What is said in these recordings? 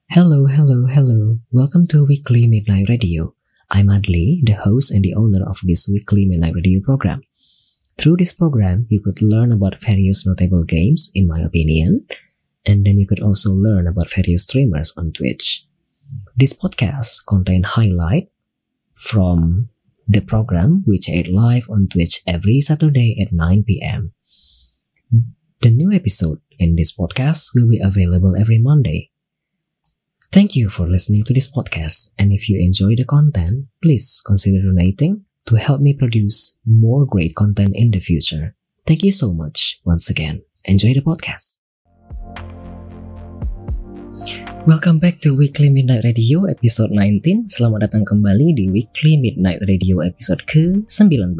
Hello, hello, hello. Welcome to Weekly Midnight Radio. I'm Adli, the host and the owner of this Weekly Midnight Radio program. Through this program, you could learn about various notable games, in my opinion, and then you could also learn about various streamers on Twitch. This podcast contain highlight from the program which aired live on Twitch every Saturday at 9 p.m. The new episode in this podcast will be available every Monday. Thank you for listening to this podcast, and if you enjoy the content, please consider donating to help me produce more great content in the future. Thank you so much once again. Enjoy the podcast. Welcome back to Weekly Midnight Radio episode 19. Selamat datang kembali di Weekly Midnight Radio episode ke-19.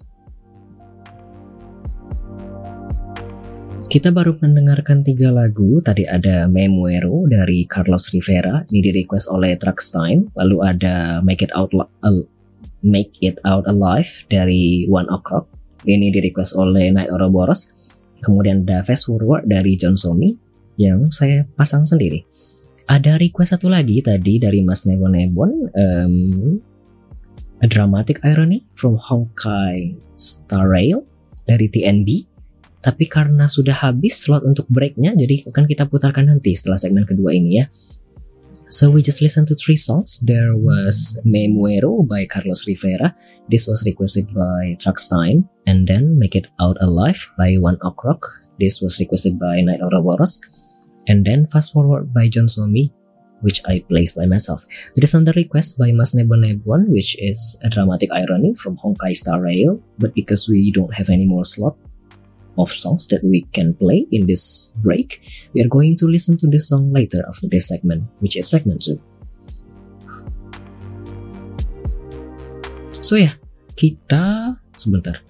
Kita baru mendengarkan 3 lagu. Tadi ada Me Muero dari Carlos Rivera, ini di request oleh Truckstime. Lalu ada Make It Out Alive dari One Ok Rock, ini di request oleh Night Ouroboros. Kemudian ada Fast Forward dari John Somi yang saya pasang sendiri. Ada request satu lagi tadi dari Mas Nebon, A Dramatic Irony from Honkai Star Rail dari TNB. Tapi karena sudah habis slot untuk breaknya, jadi akan kita putarkan nanti setelah segmen kedua ini ya. So we just listen to 3 songs. There was Me Muero by Carlos Rivera. This was requested by Truckstime. And then Make It Out Alive by One Ok Rock. This was requested by Night Ouroboros. And then Fast Forward by John Somi, which I placed by myself. There is another request by Mas Nebon, which is A Dramatic Irony from Honkai Star Rail. But because we don't have any more slot of songs that we can play in this break, we are going to listen to this song later after this segment, which is segment 2. So ya, kita sebentar.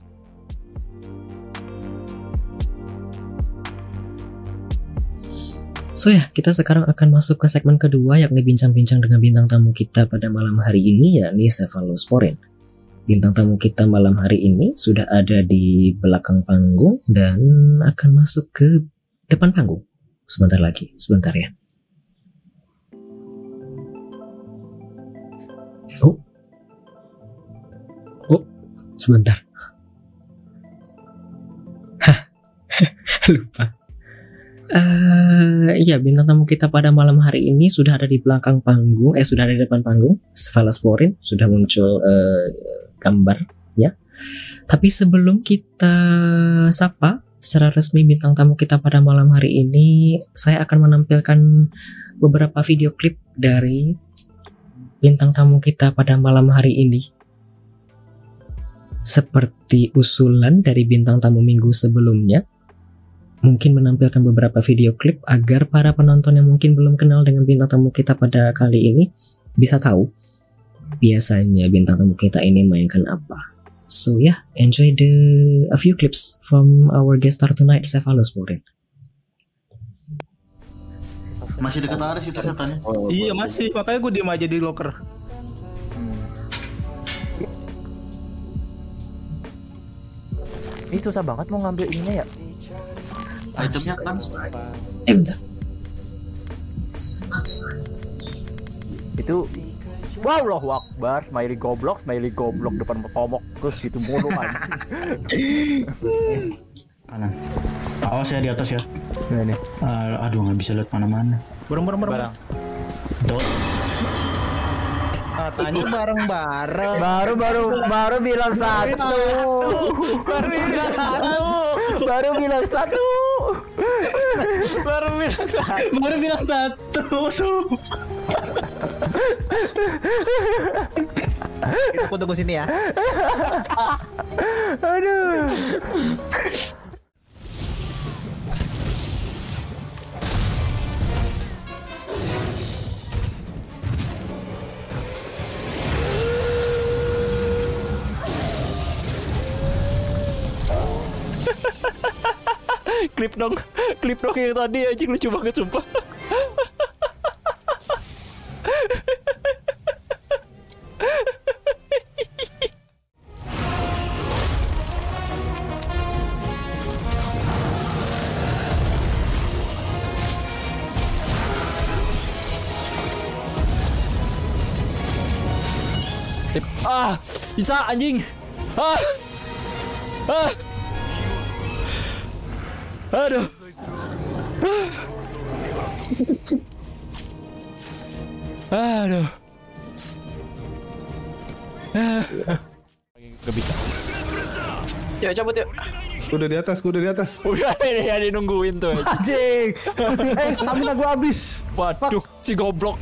So ya, kita sekarang akan masuk ke segmen kedua, yakni bincang-bincang dengan bintang tamu kita pada malam hari ini, yakni Cephalosporin. Bintang tamu kita malam hari ini sudah ada di belakang panggung dan akan masuk ke depan panggung sebentar lagi. Sebentar ya. Oh, sebentar. Lupa. Iya, bintang tamu kita pada malam hari ini sudah ada di belakang panggung, sudah ada di depan panggung. Cephalosporin sudah muncul gambarnya. Tapi sebelum kita sapa secara resmi bintang tamu kita pada malam hari ini, saya akan menampilkan beberapa video klip dari bintang tamu kita pada malam hari ini. Seperti usulan dari bintang tamu minggu sebelumnya, mungkin menampilkan beberapa video klip agar para penonton yang mungkin belum kenal dengan bintang tamu kita pada kali ini bisa tahu biasanya bintang tamu kita ini mainkan apa. So yeah, enjoy a few clips from our guest star tonight, Cephalosporin. Masih dekat Aris itu setannya. Iya masih, makanya gue diem aja di locker. Ini susah banget mau ngambil ininya ya. Itemnya kan Bentar. Itu wow, Allahu Akbar, smiley goblok depan tomok terus gitu mulu kan. kanan. Awas ya di atas ya. Ini. Aduh nggak bisa lihat mana-mana. Bareng. Dot. Katanya bareng-bareng. Baru bilang satu. Baru bilang satu. Aku tunggu sini ya. Aduh. Klip dong yang tadi anjing lucu banget sumpah. Bisa anjing. Aduh. Aduh. Gak bisa. Yuk cabut yuk. Gue udah di atas, gue udah di atas. Udah ini yang nungguin tuh. Anjing. Stamina gue habis. Waduh, si goblok.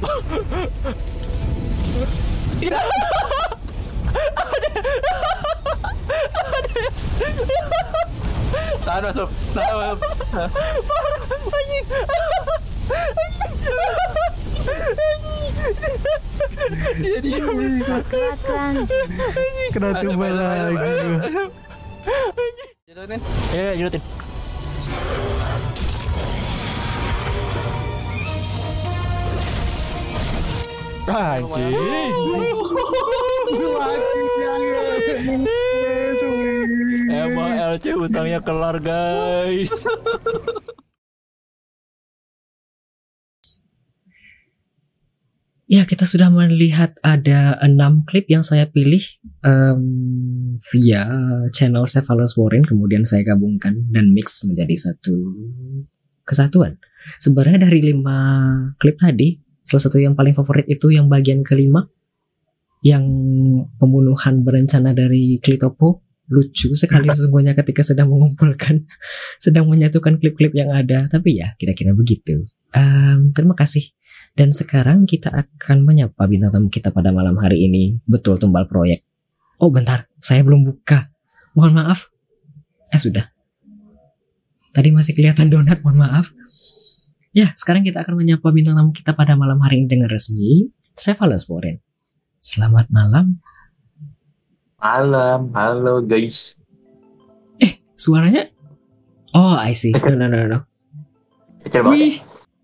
Tahan masuk. Kena tumbal lagi. Judutin. Iya, judutin. Anjing. Emang LC utangnya kelar guys. Ya, kita sudah melihat ada 6 klip yang saya pilih via channel Cephalosporin, kemudian saya gabungkan dan mix menjadi satu kesatuan. Sebenarnya dari 5 klip tadi, salah satu yang paling favorit itu yang bagian kelima, yang pembunuhan berencana dari Klitopo. Lucu sekali sesungguhnya ketika sedang mengumpulkan, sedang menyatukan klip-klip yang ada. Tapi ya, kira-kira begitu. Terima kasih. Dan sekarang kita akan menyapa bintang tamu kita pada malam hari ini. Betul, Tumbal Proyek. Oh bentar, saya belum buka. Mohon maaf. Sudah. Tadi masih kelihatan donat, mohon maaf. Ya, sekarang kita akan menyapa bintang tamu kita pada malam hari ini dengan resmi, Cephalosporin. Selamat malam. Malam, halo guys. Suaranya? Oh, I see. No. Kecil banget. Wih.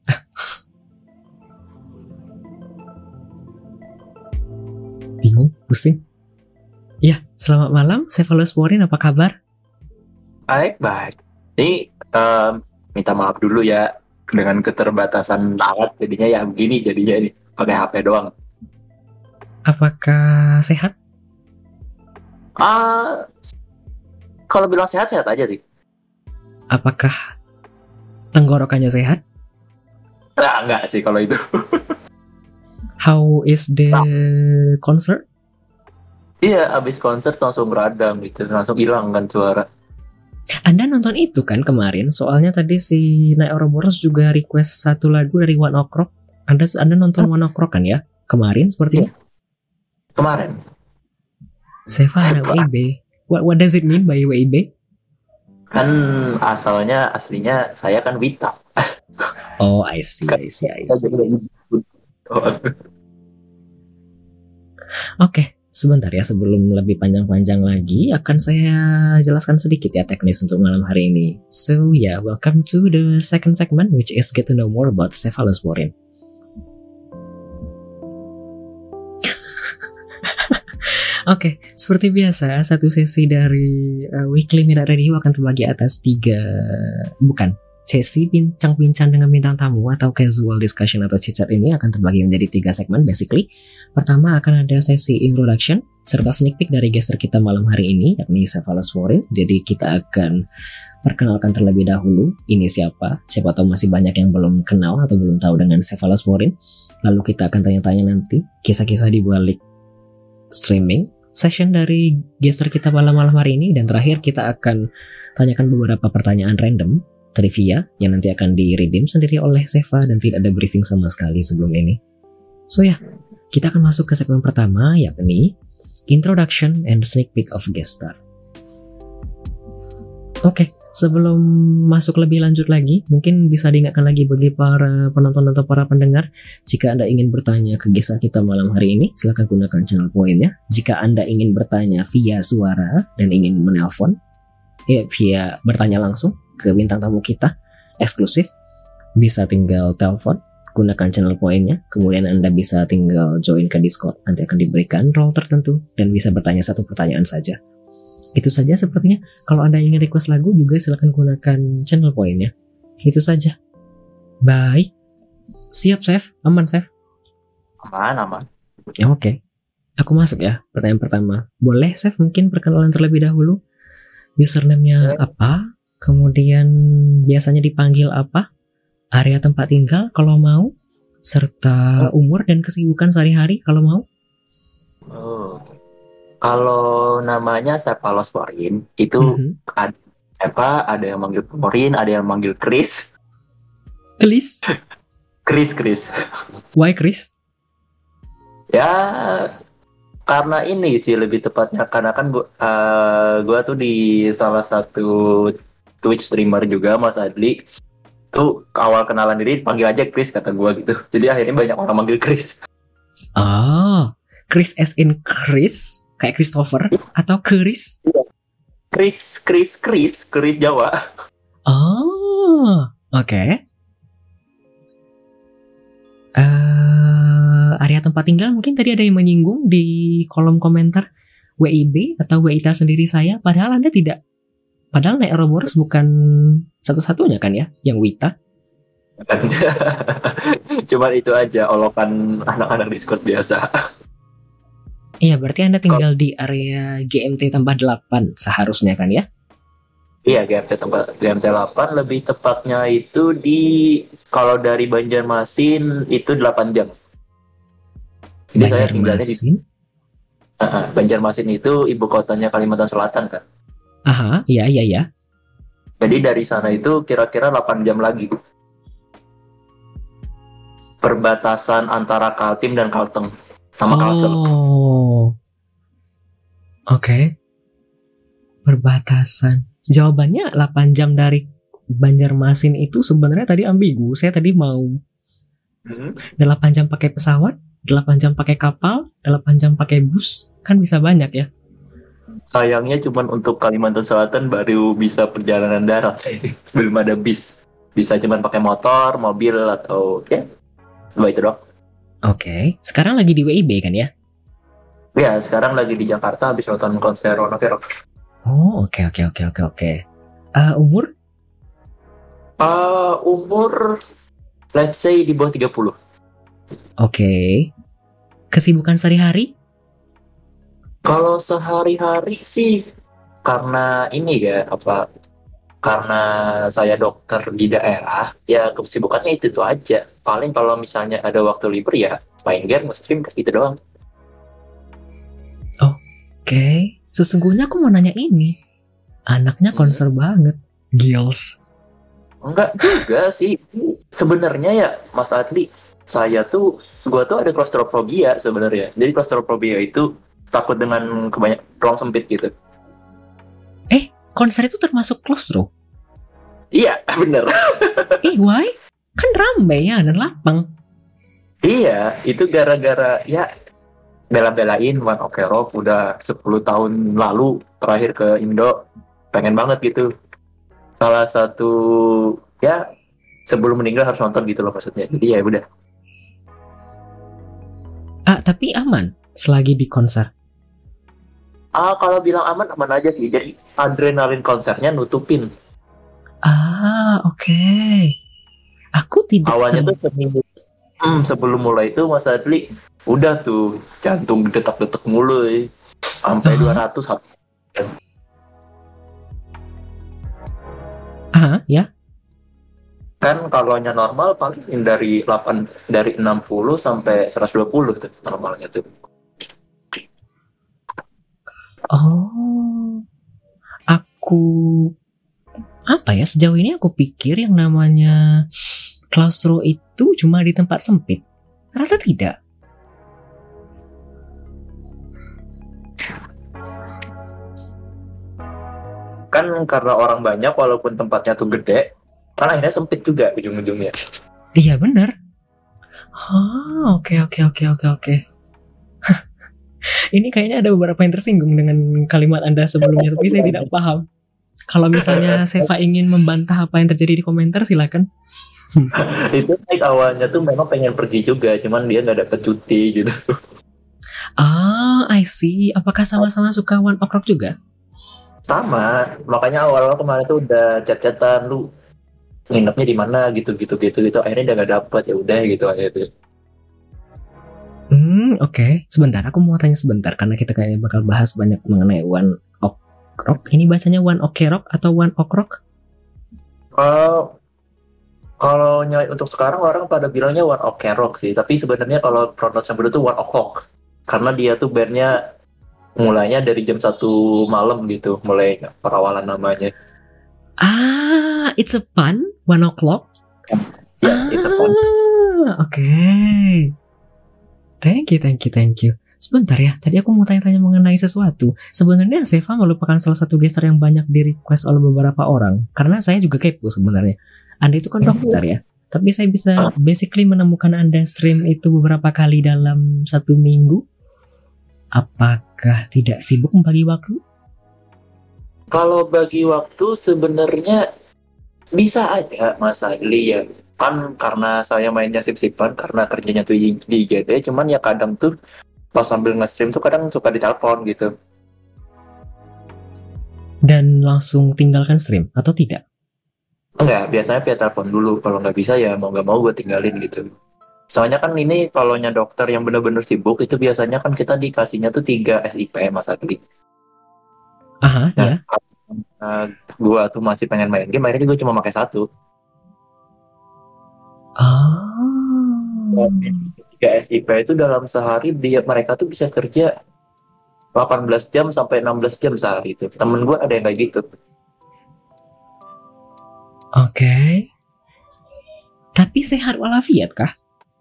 Bingung, pusing. Ya, selamat malam, Cephalosporin, apa kabar? Baik. Ini minta maaf dulu ya dengan keterbatasan alat jadinya ya begini jadinya ini pakai HP doang. Apakah sehat? Kalau bilang sehat aja sih. Apakah tenggorokannya sehat? Nah, enggak sih kalau itu. How is the concert? Iya, abis konser langsung beradam gitu, langsung hilang kan suara. Anda nonton itu kan kemarin? Soalnya tadi si Night Ouroboros juga request satu lagu dari One Ok Rock. Anda nonton One Ok Rock kan ya? Kemarin sepertinya? Kemarin. Seva anak WIB. What does it mean by WIB? Kan aslinya saya kan Wita. Oh, I see. Oke, sebentar ya, sebelum lebih panjang-panjang lagi akan saya jelaskan sedikit ya teknis untuk malam hari ini. So yeah, welcome to the second segment which is get to know more about Cephalosporin. Oke, seperti biasa satu sesi dari Weekly Minute Radio akan terbagi atas sesi bincang-bincang dengan bintang tamu atau casual discussion atau chit-chat ini akan terbagi menjadi 3 segmen basically. Pertama akan ada sesi introduction serta sneak peek dari guester kita malam hari ini, yakni Cephalosporin. Jadi kita akan perkenalkan terlebih dahulu ini siapa tahu masih banyak yang belum kenal atau belum tahu dengan Cephalosporin. Lalu kita akan tanya-tanya nanti kisah-kisah di balik streaming session dari guester kita malam hari ini, dan terakhir kita akan tanyakan beberapa pertanyaan random trivia yang nanti akan di-redeem sendiri oleh Seva dan tidak ada briefing sama sekali sebelum ini. So ya, kita akan masuk ke segmen pertama, yakni Introduction and Sneak Peek of Guest Star. Oke, sebelum masuk lebih lanjut lagi, mungkin bisa diingatkan lagi bagi para penonton atau para pendengar, jika Anda ingin bertanya ke guest star kita malam hari ini, silakan gunakan channel poinnya. Jika Anda ingin bertanya via suara dan ingin menelpon, via bertanya langsung ke bintang tamu kita eksklusif, bisa tinggal telepon, gunakan channel poinnya, kemudian Anda bisa tinggal join ke Discord, nanti akan diberikan role tertentu dan bisa bertanya satu pertanyaan saja. Itu saja sepertinya. Kalau Anda ingin request lagu juga silakan gunakan channel poinnya. Itu saja. Baik. Siap, Chef? Aman, Chef? Aman. Ya, oke. Aku masuk ya, pertanyaan pertama. Boleh, Chef, mungkin perkenalan terlebih dahulu? Username-nya apa? Kemudian biasanya dipanggil apa? Area tempat tinggal kalau mau? Serta umur dan kesibukan sehari-hari kalau mau? Oh. Kalau namanya Sepalos Porin, itu Mhm. ada yang manggil Porin, ada yang manggil Chris. Chris? Chris. Why Chris? Ya, karena ini sih lebih tepatnya, karena kan gua tuh di salah satu Twitch streamer juga, Mas Adli. Tuh awal kenalan diri panggil aja Chris kata gua gitu. Jadi akhirnya banyak orang manggil Chris. Ah, Chris as in Chris? Kayak Christopher? Atau Chris? Chris Jawa. Oh, oke. Area tempat tinggal mungkin tadi ada yang menyinggung di kolom komentar WIB atau WITA sendiri saya. Padahal Anda tidak. Padahal Nek Ouroboros bukan satu-satunya kan ya yang WITA. Cuman itu aja olokan anak-anak Discord biasa. Iya, berarti Anda tinggal di area GMT tambah 8 seharusnya kan ya? Iya, GMT 8 lebih tepatnya itu kalau dari Banjarmasin itu 8 jam. Jadi saya tinggalnya di Banjarmasin? Banjarmasin itu ibu kotanya Kalimantan Selatan kan. Aha, iya. Jadi dari sana itu kira-kira 8 jam lagi. Perbatasan antara Kaltim dan Kalteng sama Kalsel. Oh. Oke. Perbatasan. Jawabannya 8 jam dari Banjarmasin itu sebenarnya tadi ambigu. Saya tadi mau 8 jam pakai pesawat, 8 jam pakai kapal, 8 jam pakai bus. Kan bisa banyak ya. Sayangnya cuman untuk Kalimantan Selatan baru bisa perjalanan darat sih. Belum ada bis. Bisa cuman pakai motor, mobil atau ya. Cuma itu doang. Oke. Sekarang lagi di WIB kan ya? Ya, sekarang lagi di Jakarta habis nonton konser Rono Kero. Oh, oke. Umur? Umur let's say di bawah 30. Oke. Kesibukan sehari-hari? Kalau sehari-hari sih karena ini ya karena saya dokter di daerah, ya kesibukannya itu aja. Paling kalau misalnya ada waktu libur ya main game, nge-stream gitu doang. Oke. Sesungguhnya aku mau nanya ini. Anaknya konser banget. Gills. Enggak juga sih. Sebenarnya ya Mas Adli, gua tuh ada klaustrofobia sebenarnya. Jadi klaustrofobia itu takut dengan ruang sempit gitu. Konser itu termasuk claustro? Iya, bener. Why? Kan rame ya dan lapang. Iya, itu gara-gara ya bela-belain One Ok Rock udah 10 tahun lalu terakhir ke Indo. Pengen banget gitu. Salah satu ya sebelum meninggal harus nonton gitu loh maksudnya. Jadi ya udah. Tapi aman selagi di konser. Kalau bilang aman aja sih. Jadi adrenalin konsernya nutupin. Oke. Aku tidak Awalnya tuh seminggu sebelum mulai itu Mas Adli udah tuh jantung detak-detak mulu sampai 200 ya. Kan kalau normal paling dari 60 sampai 120 tuh normalnya tuh. Oh. Sejauh ini aku pikir yang namanya claustro itu cuma di tempat sempit. Ternyata tidak. Kan karena orang banyak walaupun tempatnya tuh gede, kan akhirnya sempit juga ujung-ujungnya. Iya benar. Oke. Ini kayaknya ada beberapa yang tersinggung dengan kalimat Anda sebelumnya, tapi saya tidak paham. Kalau misalnya Seva ingin membantah apa yang terjadi di komentar, silakan. Itu awalnya tuh memang pengen pergi juga, cuman dia nggak dapet cuti gitu. I see. Apakah sama-sama suka One Ok Rock juga? Sama, makanya awal-awal kemarin tuh udah chat-chatan lu nginepnya di mana gitu. Akhirnya udah nggak dapet, ya udah gitu aja tuh. Oke. Sebentar, aku mau tanya sebentar karena kita kayaknya bakal bahas banyak mengenai One Ok Rock. Ini bacanya One Ok Rock atau One Ok Rock? Kalau untuk sekarang orang pada bilangnya One Ok Rock sih, tapi sebenarnya kalau pronounce yang benar tuh One O'clock. Karena dia tuh bandnya mulainya dari jam 1 malam gitu, mulai perawalan namanya. It's a pun? 1 o'clock? Ya, it's a fun. Oke. Thank you. Sebentar ya, tadi aku mau tanya-tanya mengenai sesuatu. Sebenarnya Seva merupakan salah satu gestar yang banyak di request oleh beberapa orang. Karena saya juga kepo sebenarnya. Anda itu kan dokter ya. Tapi saya bisa basically menemukan Anda stream itu beberapa kali dalam 1 minggu. Apakah tidak sibuk membagi waktu? Kalau bagi waktu sebenarnya bisa aja Mas Adli ya. Kan karena saya mainnya sip-sipan karena kerjanya tuh di IGD, cuman ya kadang tuh pas sambil nge-stream tuh kadang suka ditelepon gitu. Dan langsung tinggalkan stream atau tidak? Enggak, biasanya via telepon dulu. Kalau nggak bisa ya mau nggak mau gue tinggalin gitu. Soalnya kan ini kalau dokter yang bener-bener sibuk itu biasanya kan kita dikasihnya tuh 3 SIP Mas Adli. Aha, ya. Gue tuh masih pengen main game, akhirnya gue cuma pakai 1. Oh. 3 SIP itu dalam sehari mereka tuh bisa kerja 18 jam sampai 16 jam sehari itu. Temen gue ada yang kayak gitu. Oke. Tapi sehat walafiat kah?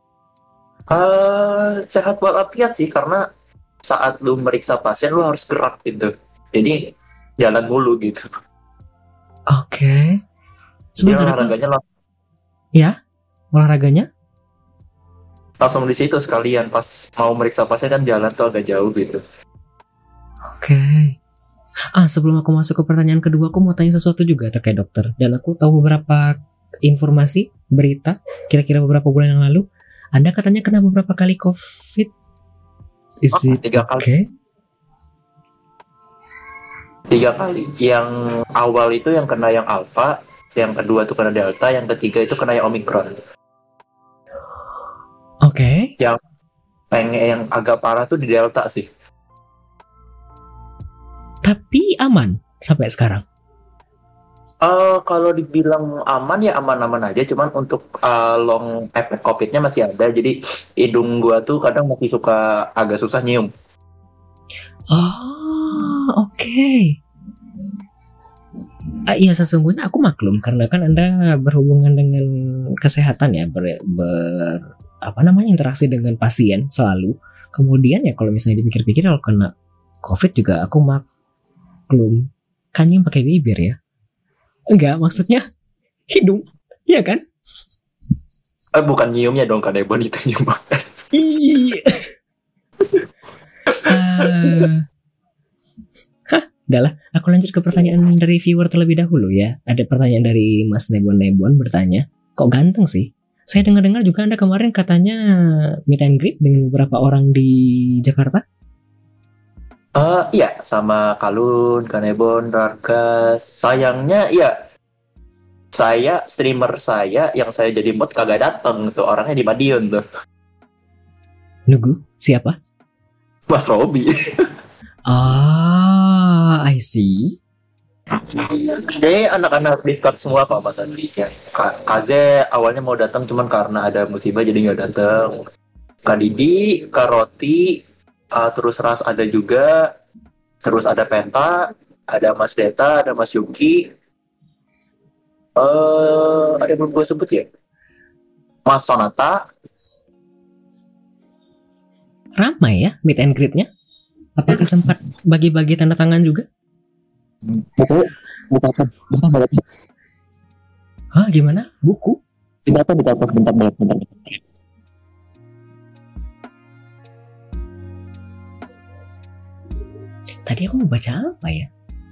Sehat walafiat sih, karena saat lu meriksa pasien lu harus gerak gitu. Jadi jalan mulu gitu. Oke. Sebentar aku. Olahraganya? Langsung di situ sekalian pas mau meriksa pasien kan jalan tuh agak jauh gitu. Oke. Sebelum aku masuk ke pertanyaan kedua, aku mau tanya sesuatu juga terkait dokter. Dan aku tahu beberapa informasi, berita, kira-kira beberapa bulan yang lalu, Anda katanya kena beberapa kali COVID. Is it 3 kali. Okay? 3 kali. Yang awal itu yang kena yang Alpha, yang kedua tuh kena Delta, yang ketiga itu kena yang Omicron. Oke. Yang agak parah tuh di Delta sih. Tapi aman sampai sekarang. Kalau dibilang aman ya aman-aman aja, cuman untuk long efek COVID-nya masih ada. Jadi hidung gua tuh kadang masih suka agak susah nyium. Oke. Iya, sesungguhnya aku maklum karena kan Anda berhubungan dengan kesehatan ya, interaksi dengan pasien selalu. Kemudian ya kalau misalnya dipikir-pikir, kalau kena COVID juga aku maklum. Kan nyium pakai bibir ya? Enggak, maksudnya hidung, iya kan? Bukan nyiumnya dong, kan Ebon itu nyium banget. Iya. Udahlah, aku lanjut ke pertanyaan dari viewer terlebih dahulu ya. Ada pertanyaan dari Mas Nebon bertanya, kok ganteng sih? Saya dengar-dengar juga Anda kemarin katanya meet and greet dengan beberapa orang di Jakarta. Iya, sama Kalun, Kanebon, Rarkas. Sayangnya ya, streamer saya yang saya jadi mod kagak dateng tuh, orangnya di Madiun tuh. Nunggu, siapa? Mas Robi. I see. Jadi anak-anak Discord semua kok Mas Andi. Ya, Kaze awalnya mau datang cuman karena ada musibah jadi nggak datang. Kak Didi, Kak Roti, terus Ras ada juga, terus ada Penta, ada Mas Deta, ada Mas Yuki. Ada yang belum gue sebut ya? Mas Sonata. Ramai ya meet and greet-nya? Apakah sempat bagi-bagi tanda tangan juga? Buku banget. Hah, gimana? Buku? Bentar. Tadi aku mau baca apa ya?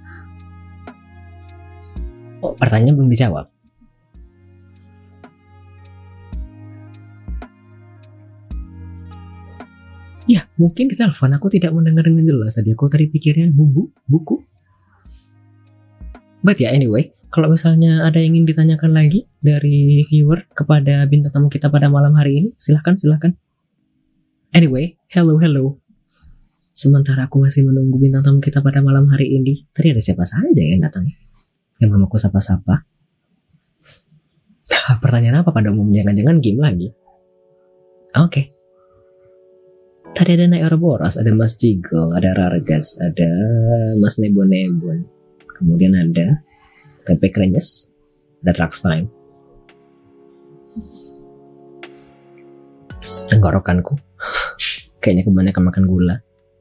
Oh, pertanyaan belum dijawab. Ya, mungkin di telepon aku tidak mendengar dengan jelas tadi. Aku tadi pikirnya buku. But ya, anyway, kalau misalnya ada yang ingin ditanyakan lagi dari viewer kepada bintang tamu kita pada malam hari ini, silahkan. Anyway, hello. Sementara aku masih menunggu bintang tamu kita pada malam hari ini, tadi ada siapa saja yang datang? Yang belum aku sapa-sapa. Pertanyaan apa pada umumnya? Jangan-jangan game lagi. Oke. Tadi ada Nai Ouroboros, ada Mas Jiggle, ada Rargas, ada Mas Nebon. Kemudian ada Tempe Krenyes, ada Truckstime. Tenggorokanku kayaknya kebanyakan makan gula.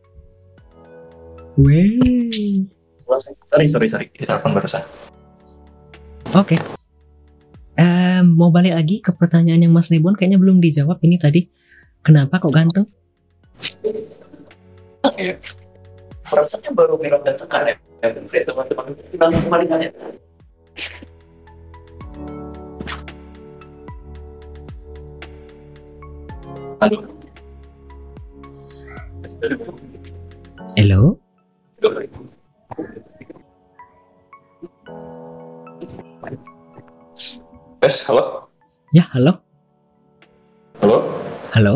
Weh. Sorry. Ditelepon barusan. Oke. Mau balik lagi ke pertanyaan yang Mas Nebon kayaknya belum dijawab ini tadi. Kenapa kok ganteng? Rasanya baru minum dan tekan ya. Teman-teman bilang kembali kan ya. Hello? Halo? Ya, halo? Halo? Halo?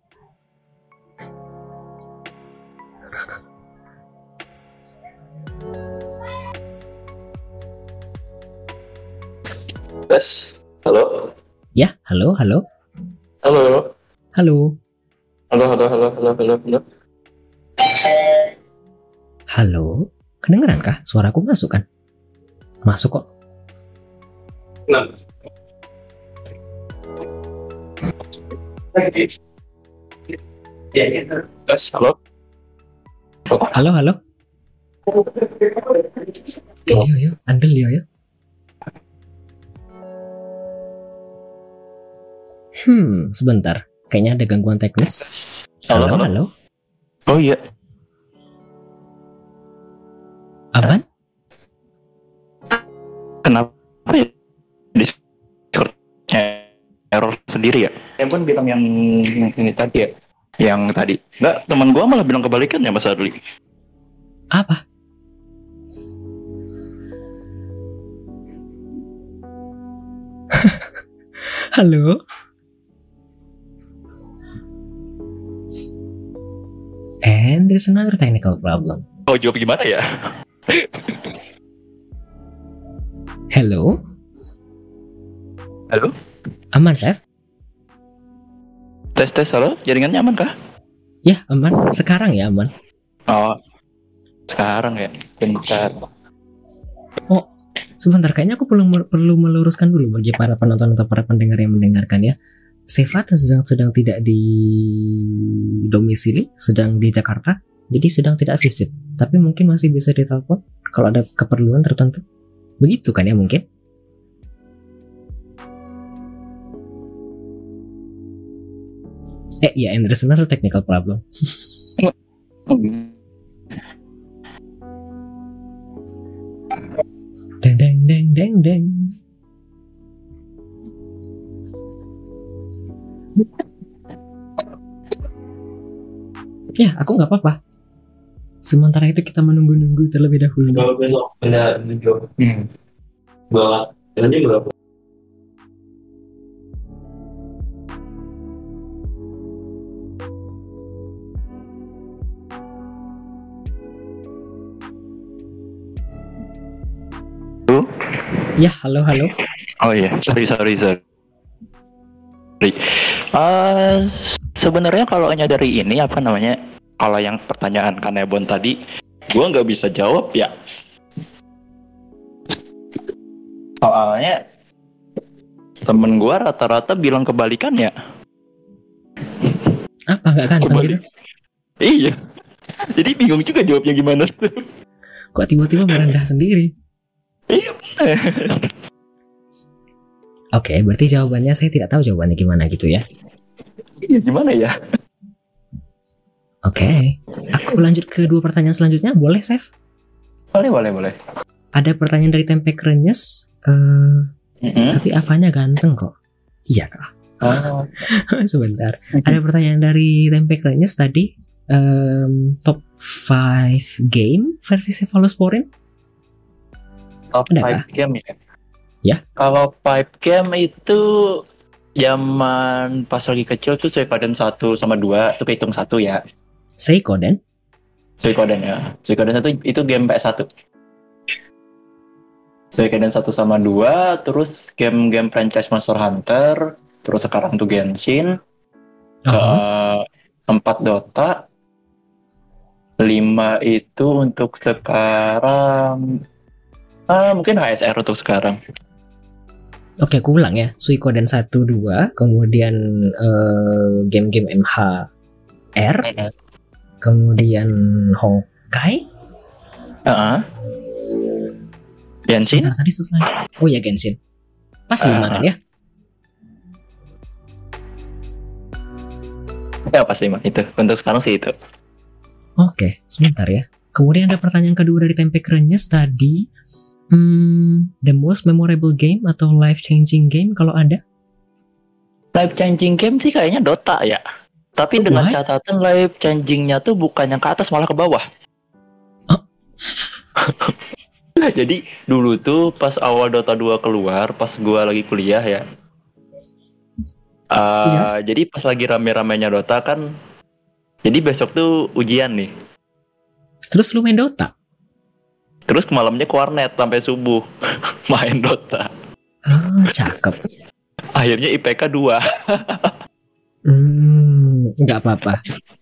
Halo? Ya, halo? Halo? Halo? Halo? Halo? Kedengeran kah? Suaraku masuk kan? Masuk kok. Nah. Halo? Halo? Yo, andel yo. Sebentar. Kayaknya ada gangguan teknis. Halo? Oh iya. Aban? Kenapa ya Discord-nya error sendiri ya? Yang pun bilang yang ini tadi ya. Yang tadi. Enggak, teman gua malah bilang kebalikan ya Mas Adli. Apa? Halo? And there's another technical problem. Oh, jawab gimana ya? Hello? Halo? Aman, Chef? Tes, halo? Jaringannya aman kah? Ya, aman. Sekarang ya, aman. Oh, sekarang ya. Bentar. Oh, sebentar. Kayaknya aku perlu meluruskan dulu bagi para penonton atau para pendengar yang mendengarkan ya. Sevata sedang tidak di domisili, sedang di Jakarta, jadi sedang tidak visit. Tapi mungkin masih bisa ditelepon kalau ada keperluan tertentu. Begitu kan ya mungkin? Yeah, and there's another technical problem. Deng. Ya, aku nggak apa-apa. Sementara itu kita menunggu-nunggu terlebih dahulu. Kalau besok ada video. Bawa. Jalannya berapa? Ya, halo. Oh iya, sorry. Sebenarnya kalau hanya dari ini apa namanya? Kalau yang pertanyaan Kanebon tadi, gua nggak bisa jawab ya. Soalnya temen gua rata-rata bilang kebalikannya. Apa nggak ganteng gitu? Iya. Jadi bingung juga jawabnya gimana. Kok tiba-tiba merendah sendiri? Iya. Oke, berarti jawabannya saya tidak tahu jawabannya gimana gitu ya. Iya, gimana ya? Oke, aku lanjut ke dua pertanyaan selanjutnya, boleh, Chef? Boleh. Ada pertanyaan dari Tempe Krenyes, tapi Avanya ganteng kok. Iya kah? Oh. Sebentar. Ada pertanyaan dari Tempe Krenyes tadi, top 5 game versi Cephalosporin? Top Ada 5 game ya? Ya. Kalau 5 game itu zaman pas lagi kecil tuh Suikoden 1 sama 2 tuh kehitung satu ya. Seikoden? Suikoden ya. Suikoden 1 itu game PS1. Suikoden 1 sama 2, terus game-game franchise Monster Hunter, terus sekarang tuh Genshin, Oh, 4 Dota, 5 itu untuk sekarang, mungkin HSR untuk sekarang. oke, aku ulang ya. Suikoden 1, 2, kemudian game-game MHR, kemudian Honkai. Genshin? Sebentar tadi setelah. Oh ya, Genshin. Pas 5 kan ya? Ya pasti mah itu. Untuk sekarang sih itu. Oke, sebentar ya. Kemudian ada pertanyaan kedua dari Tempe Krenyes tadi. The most memorable game atau life changing game kalau ada? Life changing game sih kayaknya Dota ya. Tapi dengan Why? catatan life changingnya tuh bukan yang ke atas malah ke bawah. Oh. Jadi dulu tuh pas awal Dota 2 keluar, pas gua lagi kuliah ya. Iya. Jadi pas lagi rame-ramenya Dota kan, jadi besok tuh ujian nih. Terus lu main Dota? Terus malamnya ke warnet sampai subuh main Dota. Cakep. Akhirnya IPK 2. Nggak apa-apa.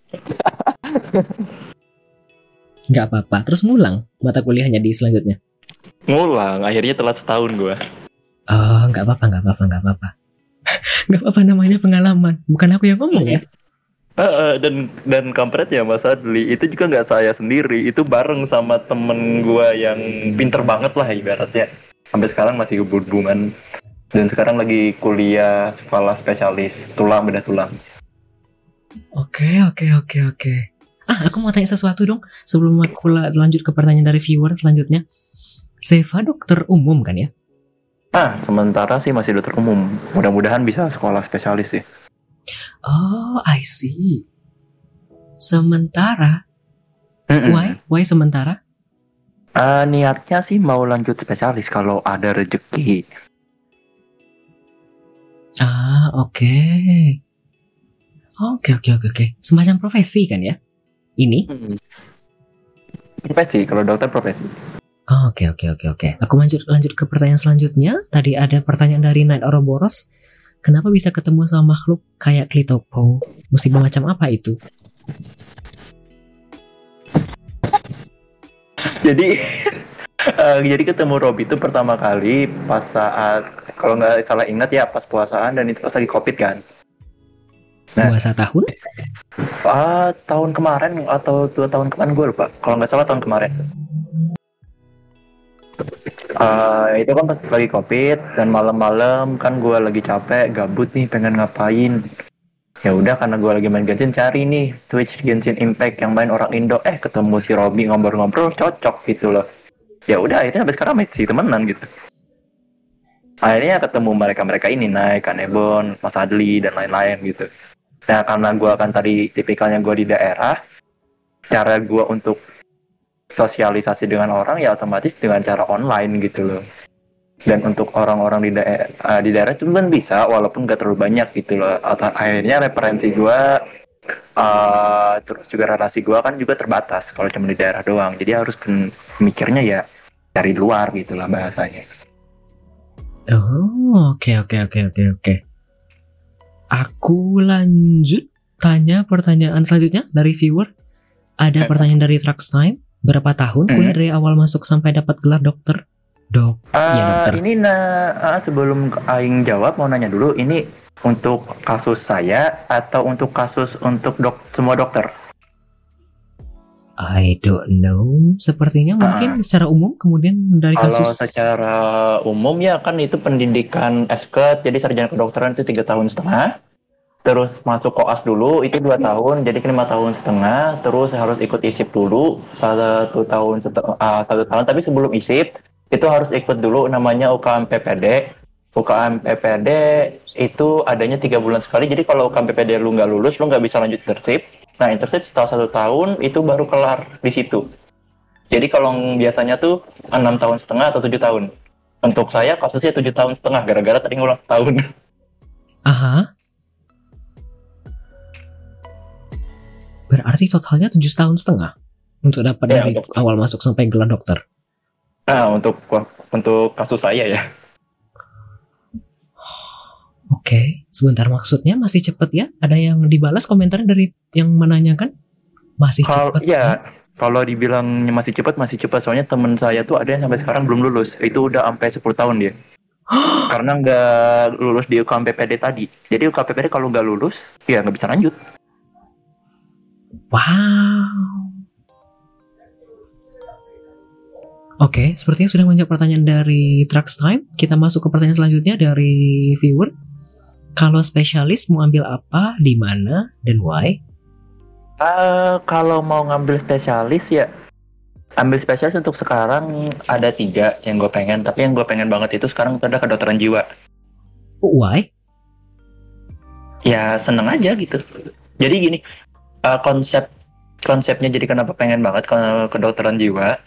Nggak apa-apa. Terus ngulang mata kuliahnya di selanjutnya? Ngulang, akhirnya telat setahun gua. Oh, nggak apa-apa. Nggak apa-apa, namanya pengalaman. Bukan aku yang ngomong ya. Dan kampretnya Mas Adli itu juga nggak saya sendiri, itu bareng sama temen gua yang pinter banget lah ibaratnya. Sampai sekarang masih hubungan dan sekarang lagi kuliah kepala spesialis bedah tulang. Oke. Aku mau tanya sesuatu dong sebelum aku lanjut ke pertanyaan dari viewer selanjutnya. Seva dokter umum kan ya? Sementara sih masih dokter umum. Mudah-mudahan bisa sekolah spesialis sih. Oh, I see. Sementara? Why sementara? Niatnya sih mau lanjut spesialis kalau ada rezeki. Oke. Semacam profesi kan ya? Ini? Profesi, kalau dokter profesi. Oke. Aku lanjut ke pertanyaan selanjutnya. Tadi ada pertanyaan dari Night Ouroboros. Kenapa bisa ketemu sama makhluk kayak Klitopo? Musibah macam apa itu? Jadi ketemu Rob itu pertama kali pas saat, kalau nggak salah ingat ya, pas puasaan, dan itu pas lagi COVID kan. Puasa tahun? Tahun kemarin atau 2 tahun kemarin, gue lupa. Kalau nggak salah tahun kemarin. Itu kan pas lagi COVID dan malam-malam kan gue lagi capek, gabut nih, pengen ngapain. Ya udah, karena gue lagi main Genshin, cari nih Twitch Genshin Impact yang main orang Indo. Ketemu si Robby, ngobrol-ngobrol, cocok gitu loh. Ya udah, akhirnya sampai sekarang masih temenan gitu. Akhirnya ketemu mereka ini, Nai, Kanebon, Mas Adli, dan lain-lain gitu. Nah, karena gue kan tadi tipikalnya gue di daerah, cara gue untuk sosialisasi dengan orang ya otomatis dengan cara online gitu loh. Dan untuk orang-orang di daerah itu kan bisa, walaupun gak terlalu banyak gitu loh. Akhirnya referensi gue, terus juga relasi gue kan juga terbatas kalau cuma di daerah doang. Jadi harus mikirnya ya dari luar gitu lah bahasanya. Oh, oke. Aku lanjut tanya pertanyaan selanjutnya dari viewer. Ada pertanyaan dari Truckstime. Berapa tahun kuliah dari awal masuk sampai dapat gelar dokter? Dokter. Ini sebelum Aing jawab mau nanya dulu, ini untuk kasus saya atau untuk kasus untuk semua dokter? I don't know. Sepertinya mungkin secara umum, kemudian dari kasus. Kalau secara umum ya kan itu pendidikan S.Ket, jadi sarjana kedokteran itu 3,5 tahun. Terus masuk koas dulu itu 2 tahun, jadi 5,5 tahun. Terus harus ikut ISIP dulu 1 tahun, 1 tahun. Tapi sebelum ISIP itu harus ikut dulu namanya UKM PPD. UKM PPD itu adanya 3 bulan sekali. Jadi kalau UKM PPD lu nggak lulus, lu nggak bisa lanjut internship. Nah, internship setelah 1 tahun itu baru kelar di situ. Jadi kalau biasanya tuh 6,5 tahun atau 7 tahun. Untuk saya kasusnya 7,5 tahun gara-gara tadi ngulang tahun. Aha. Berarti totalnya 7,5 tahun untuk dapat Ya, dari awal masuk sampai gelar dokter. Nah, untuk kasus saya ya. Oke, sebentar, maksudnya masih cepet ya? Ada yang dibalas komentarnya dari yang menanyakan? Masih Kalau cepet ya? kalau dibilang masih cepat, soalnya temen saya tuh ada yang sampai sekarang belum lulus. Itu udah sampai 10 tahun dia. Karena nggak lulus di UKMPPD tadi. Jadi UKMPPD kalau nggak lulus, ya nggak bisa lanjut. Wow. Oke, sepertinya sudah banyak pertanyaan dari Trax Time. Kita masuk ke pertanyaan selanjutnya dari viewer. Kalau spesialis mau ambil apa, di mana, dan why? Kalau mau ngambil spesialis ya, ambil spesialis untuk sekarang ada 3 yang gue pengen. Tapi yang gue pengen banget itu sekarang ada kedokteran jiwa. Why? Ya seneng aja gitu. Jadi gini, konsepnya jadi kenapa pengen banget ke kedokteran jiwa.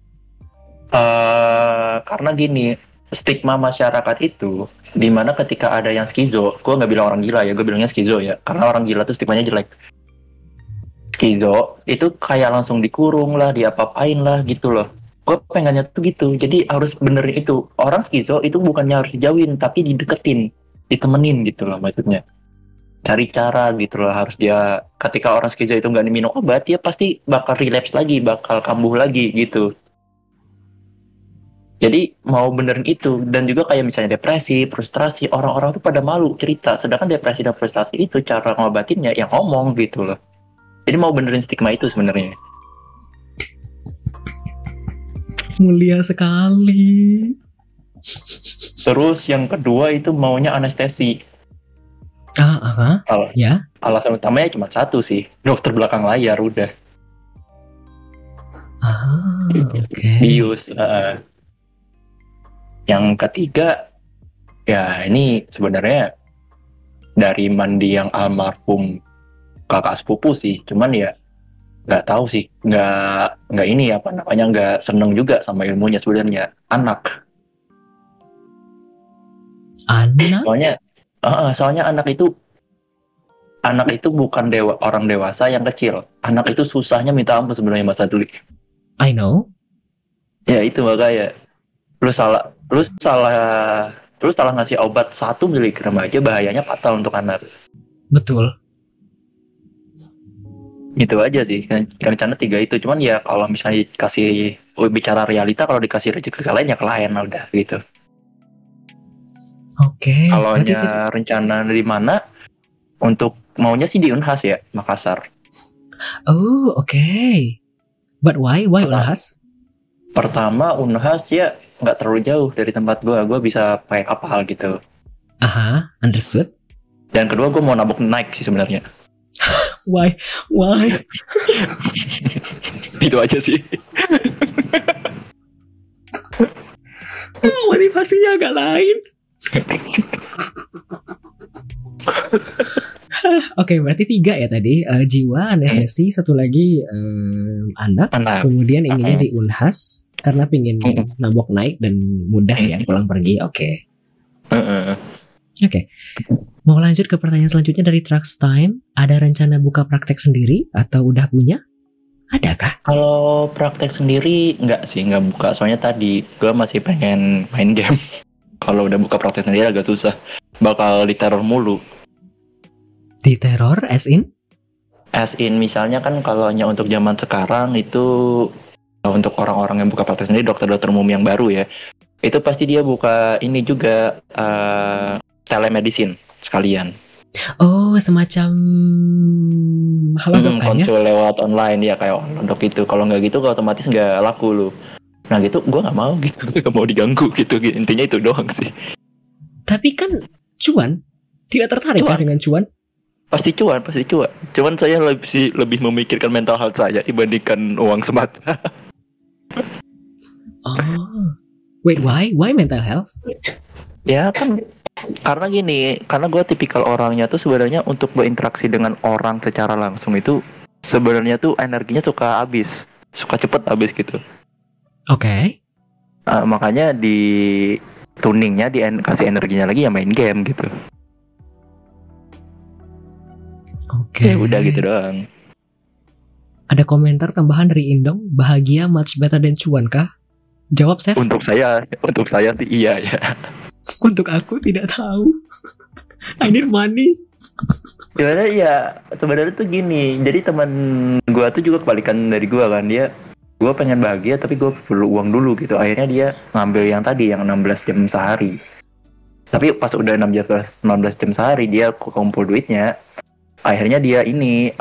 Karena gini, stigma masyarakat itu dimana ketika ada yang skizo, gue nggak bilang orang gila ya, gue bilangnya skizo ya, karena orang gila tuh stigmanya jelek. Skizo itu kayak langsung dikurung lah, diapa-apain lah gitu loh. Gue pengennya tuh gitu, jadi harus benerin itu. Orang skizo itu bukannya harus dijauhin, tapi dideketin, ditemenin gitu loh maksudnya. Cari cara gitu loh, harus dia, ketika orang skizo itu nggak diminum obat, dia pasti bakal relapse lagi, bakal kambuh lagi gitu. Jadi mau benerin itu. Dan juga kayak misalnya depresi, frustrasi, orang-orang tuh pada malu cerita. Sedangkan depresi dan frustasi itu cara ngobatinnya yang ngomong gitu loh. Jadi mau benerin stigma itu sebenarnya. Mulia sekali. Terus yang kedua itu maunya anestesi. Ya. Alasan utamanya cuma satu sih, dokter belakang layar udah. Oke. Bius. Yang ketiga, ya ini sebenarnya dari mandi yang almarhum kakak sepupu sih, cuman ya nggak tahu sih, nggak ini apa namanya, nggak seneng juga sama ilmunya sebenarnya. Anak. Soalnya anak itu bukan orang dewasa yang kecil. Anak itu susahnya minta ampun sebenarnya Mas Adli. I know. Ya itu makanya. Lu salah ngasih obat 1 miligram aja bahayanya fatal untuk anak. Betul. Itu aja sih, rencana 3 itu. Cuman ya kalau misalnya dikasih bicara realita, kalau dikasih rezeki ke lain ya ke lain udah gitu. Oke. Kalau rencana di mana, untuk maunya sih di Unhas ya, Makassar. Oh, oke. But why Unhas? Pertama Unhas ya nggak terlalu jauh dari tempat gue bisa pakai kapal gitu. Understood. Dan kedua gue mau nabok naik sih sebenarnya. Why? Itu aja sih. Motivasinya agak lain. Oke, berarti 3 ya tadi. Jiwa, anestesi, satu lagi anak. Kemudian inginnya di Unhas karena pingin nabok naik dan mudah ya pulang pergi. Oke. Mau lanjut ke pertanyaan selanjutnya dari Trax Time. Ada rencana buka praktek sendiri atau udah punya? Adakah? Kalau praktek sendiri nggak buka. Soalnya tadi gue masih pengen main game. Kalau udah buka praktek sendiri agak susah. Bakal diteror mulu. Diteror as in? As in misalnya kan kalau hanya untuk zaman sekarang itu, untuk orang-orang yang buka praktek sendiri, dokter-dokter umum yang baru ya, itu pasti dia buka ini juga telemedicine sekalian. Oh, semacam halodoc kan ya? Konsul lewat online ya, kayak halodoc itu. Kalau nggak gitu otomatis nggak laku lu. Nah gitu, gue nggak mau gitu, nggak mau diganggu gitu. Intinya itu doang sih. Tapi kan cuan, tidak tertarik kan dengan cuan? Pasti cuan. Cuman saya lebih memikirkan mental health saya dibandingkan uang semata. Wait, why mental health? Ya kan, karena gini, karena gue tipikal orangnya tuh sebenarnya untuk berinteraksi dengan orang secara langsung itu sebenarnya tuh energinya suka cepet habis gitu. Oke. Makanya di tuningnya, kasih energinya lagi ya main game gitu. Oke. Ya udah gitu doang. Ada komentar tambahan dari Indong, bahagia much better than cuan kah? Jawab Chef. Untuk saya sih iya ya. Untuk aku tidak tahu. I need money. Sebenarnya tuh gini. Jadi teman gua tuh juga kebalikan dari gua kan. Gua pengen bahagia tapi gua perlu uang dulu gitu. Akhirnya dia ngambil yang tadi yang 16 jam sehari. Tapi pas udah 16 jam sehari dia kumpul duitnya. Akhirnya dia ini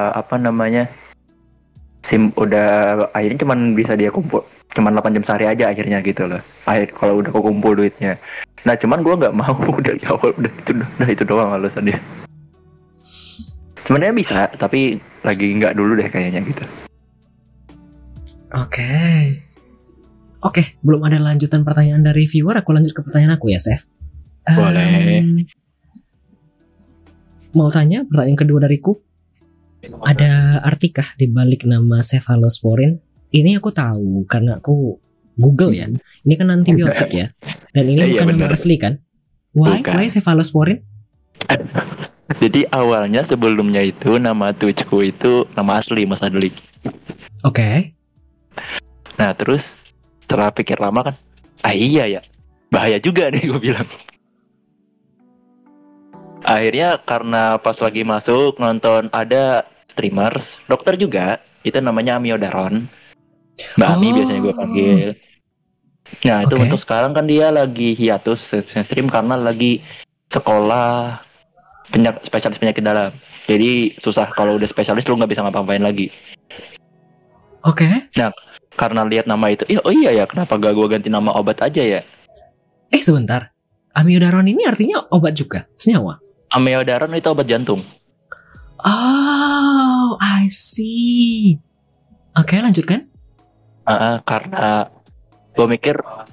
akhirnya cuman bisa dia kumpul cuman 8 jam sehari aja akhirnya gitu loh. Kalau udah kumpul duitnya. Nah, cuman gua nggak mau dari awal udah itu doang alasannya. Sebenarnya bisa, tapi lagi nggak dulu deh kayaknya gitu. Oke, belum ada lanjutan pertanyaan dari viewer, aku lanjut ke pertanyaan aku ya, Chef. Boleh. Mau tanya pertanyaan kedua dariku. Ada artikah di balik nama cephalosporin? Ini aku tahu karena aku Google ya. Ini kan antibiotik ya. Dan ini Iya, bukan nama bener. asli kan? Why cephalosporin? Jadi awalnya sebelumnya itu nama Tuchku itu nama asli Mas Adli. Oke. Nah terus setelah pikir lama kan, iya ya, bahaya juga nih gue bilang. Akhirnya karena pas lagi masuk nonton ada streamers, dokter juga, itu namanya Amiodaron. Mbak Ami biasanya gue panggil. Nah itu Oke. untuk sekarang kan dia lagi hiatus stream karena lagi sekolah spesialis penyakit dalam. Jadi susah kalau udah spesialis lu nggak bisa ngapa-ngapain lagi. Oke. Nah karena lihat nama itu, iya ya kenapa gak gue ganti nama obat aja ya? Sebentar. Amiodaron ini artinya obat juga, senyawa. Amiodaron itu obat jantung. Oh, I see. Oke, lanjutkan. Karena gue mikir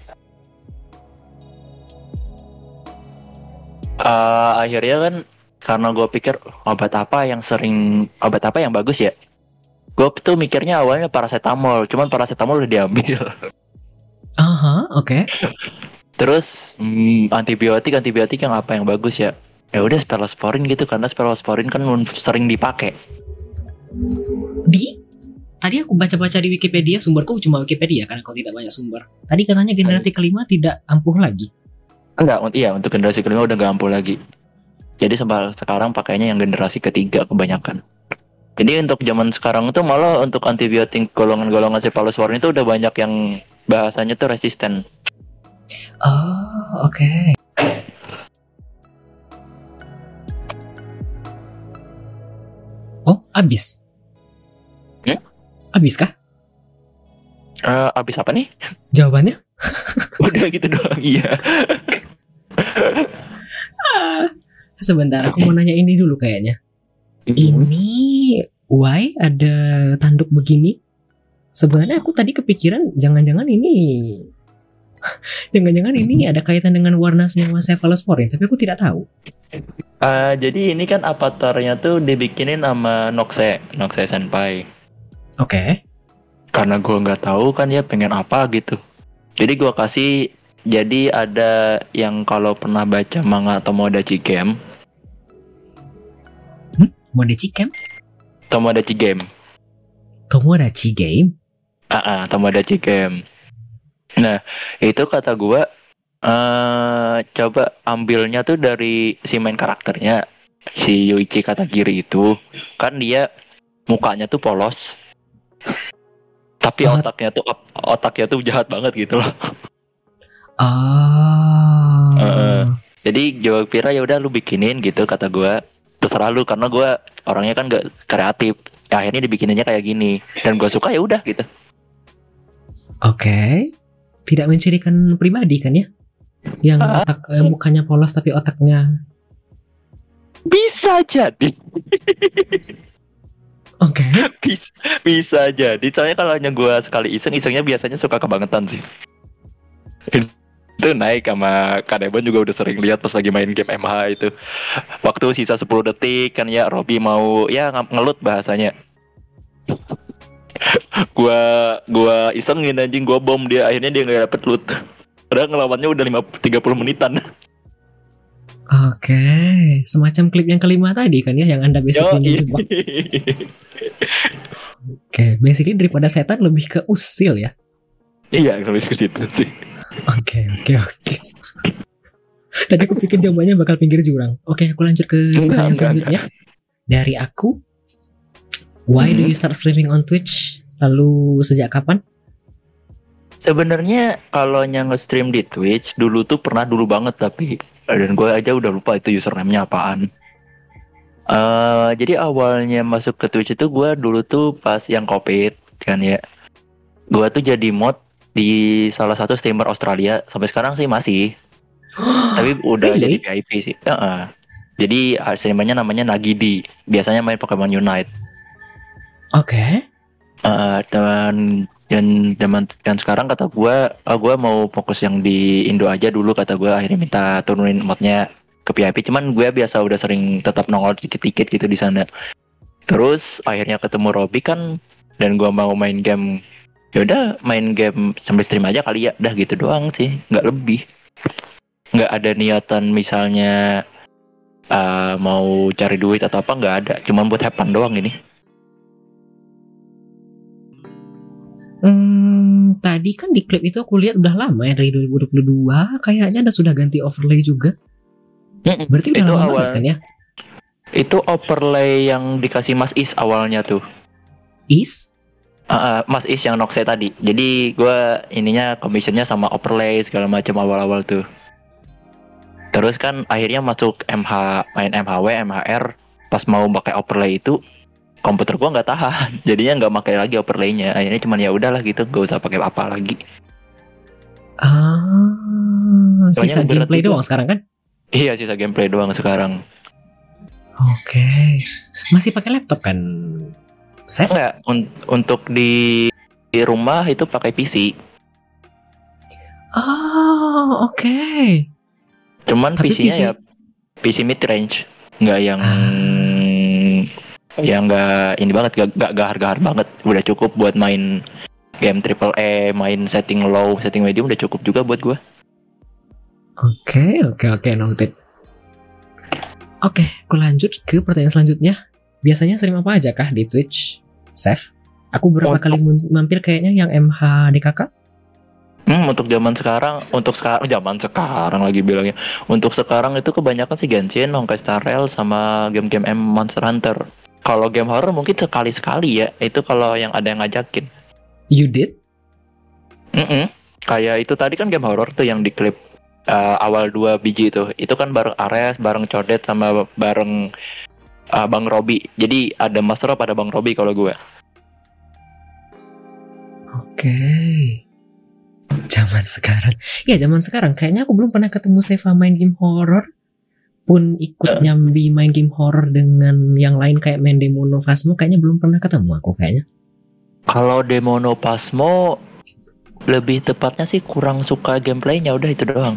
akhirnya kan karena gue pikir obat apa yang bagus ya. Gue tuh mikirnya awalnya paracetamol, cuman paracetamol udah diambil. Oke. Terus antibiotik yang apa yang bagus ya? Ya udah cephalosporin gitu karena cephalosporin kan sering dipakai. Tadi aku baca-baca di Wikipedia, sumberku cuma Wikipedia karena aku tidak banyak sumber. Tadi katanya generasi kelima tidak ampuh lagi. Enggak, iya untuk generasi kelima udah gak ampuh lagi. Jadi sekarang pakainya yang generasi ketiga kebanyakan. Jadi untuk zaman sekarang itu malah untuk antibiotik golongan-golongan cephalosporin itu udah banyak yang bahasanya tuh resisten. Oh, oke. Oh, habis. Habis kah? Abis apa nih? Jawabannya? Udah gitu doang, iya. Sebentar, aku mau nanya ini dulu kayaknya. Ini why ada tanduk begini? Sebenarnya aku tadi kepikiran jangan-jangan ini ada kaitan dengan warna senyawa cephalosporin, tapi aku tidak tahu. Jadi ini kan avatarnya tuh dibikinin sama Noxe Senpai. Oke. Karena gue nggak tahu kan dia pengen apa gitu. Jadi gue kasih. Jadi ada yang kalau pernah baca manga Tomodachi Game. Tomodachi Game? Tomodachi Game. Tomodachi Game? Tomodachi Game. Nah itu kata gue coba ambilnya tuh dari si main karakternya, si Yuichi Katagiri itu. Kan dia mukanya tuh polos, tapi otaknya tuh jahat banget gitu loh. Jadi jawab Pira ya udah lu bikinin gitu kata gue. Terserah lu karena gue orangnya kan gak kreatif. Ya, akhirnya dibikininnya kayak gini dan gue suka ya udah gitu. Oke. Tidak mencirikan pribadi kan ya? Yang mukanya polos tapi otaknya bisa jadi. Oke. Bisa jadi. Soalnya kalau hanya gue sekali isengnya biasanya suka kebangetan sih. Itu naik sama Kanebon juga udah sering lihat pas lagi main game MH itu. Waktu sisa 10 detik kan ya Robby mau ya ngelut bahasanya. Gua isengin anjing, gua bom dia, akhirnya dia enggak dapet loot. Padahal ngelawannya udah 30 menitan. Oke, semacam klip yang kelima tadi kan ya, yang Anda basically menjebak. Oke, basically daripada setan lebih ke usil ya. Iya, lebih ke situ sih. Oke. Tadi aku pikir jawabannya bakal pinggir jurang. Oke, aku lanjut ke pertanyaan selanjutnya. Dari aku, why do you start streaming on Twitch? Lalu sejak kapan? Sebenarnya kalau yang nge-stream di Twitch dulu banget tapi dan gue aja udah lupa itu username-nya apaan. Jadi awalnya masuk ke Twitch itu gue dulu tuh pas yang COVID kan ya. Gue tuh jadi mod di salah satu streamer Australia, sampai sekarang sih masih. Tapi udah Really? jadi VIP sih. Jadi streamernya namanya Nagidi. Biasanya main Pokemon Unite. Oke. Dan sekarang kata gue mau fokus yang di Indo aja dulu, kata gue. Akhirnya minta turunin modnya ke VIP. Cuman gue biasa udah sering tetap nongol dikit-dikit gitu di sana. Terus akhirnya ketemu Robby kan, dan gue mau main game. Yaudah main game sambil stream aja kali ya. Udah gitu doang sih, nggak lebih. Nggak ada niatan misalnya mau cari duit atau apa, nggak ada. Cuman buat have fun doang ini. Tadi kan di klip itu aku lihat udah lama ya, dari 2022. Kayaknya Anda sudah ganti overlay juga. Berarti udah Itu lama awal. banget kan ya? Itu overlay yang dikasih Mas Is awalnya tuh. Is? Mas Is yang Noxe tadi. Jadi gue ininya commissionnya sama overlay segala macam awal-awal tuh. Terus kan akhirnya masuk main MHW, MHR. Pas mau pakai overlay itu, komputer gua nggak tahan. Jadinya nggak pakai lagi overlaynya. Akhirnya cuman ya udahlah gitu, nggak usah pakai apa lagi. Sisa Soalnya berat gameplay juga. doang sekarang kan? Iya, sisa gameplay doang sekarang. Oke. Masih pakai laptop kan? Save? Enggak, untuk di rumah itu pakai PC. Oh, oke. Cuman Tapi PC-nya PC ya PC mid range, nggak yang nggak ini banget, nggak gahar-gahar banget. Udah cukup buat main game AAA, main setting low, setting medium udah cukup juga buat gua. Oke, noted. Oke, aku lanjut ke pertanyaan selanjutnya. Biasanya stream apa aja kah di Twitch? Save? Aku berapa kali mampir kayaknya yang MHDKK? Untuk zaman sekarang lagi bilangnya. Untuk sekarang itu kebanyakan sih Genshin, Honkai Star Rail, sama game-game Monster Hunter. Kalau game horror mungkin sekali-sekali ya. Itu kalau yang ada yang ngajakin. You did? Kayak itu tadi kan game horror tuh yang di klip awal 2 biji itu. Itu kan bareng Ares, bareng Codet, sama bareng Bang Robby. Jadi ada Master Rob, ada Bang Robby kalau gue. Oke. Zaman sekarang kayaknya aku belum pernah ketemu Seva main game horror, pun ikut nyambi main game horror dengan yang lain kayak main Demono Phasmo. Kayaknya belum pernah ketemu aku kayaknya. Kalau Demono Phasmo lebih tepatnya sih kurang suka gameplaynya, udah itu doang.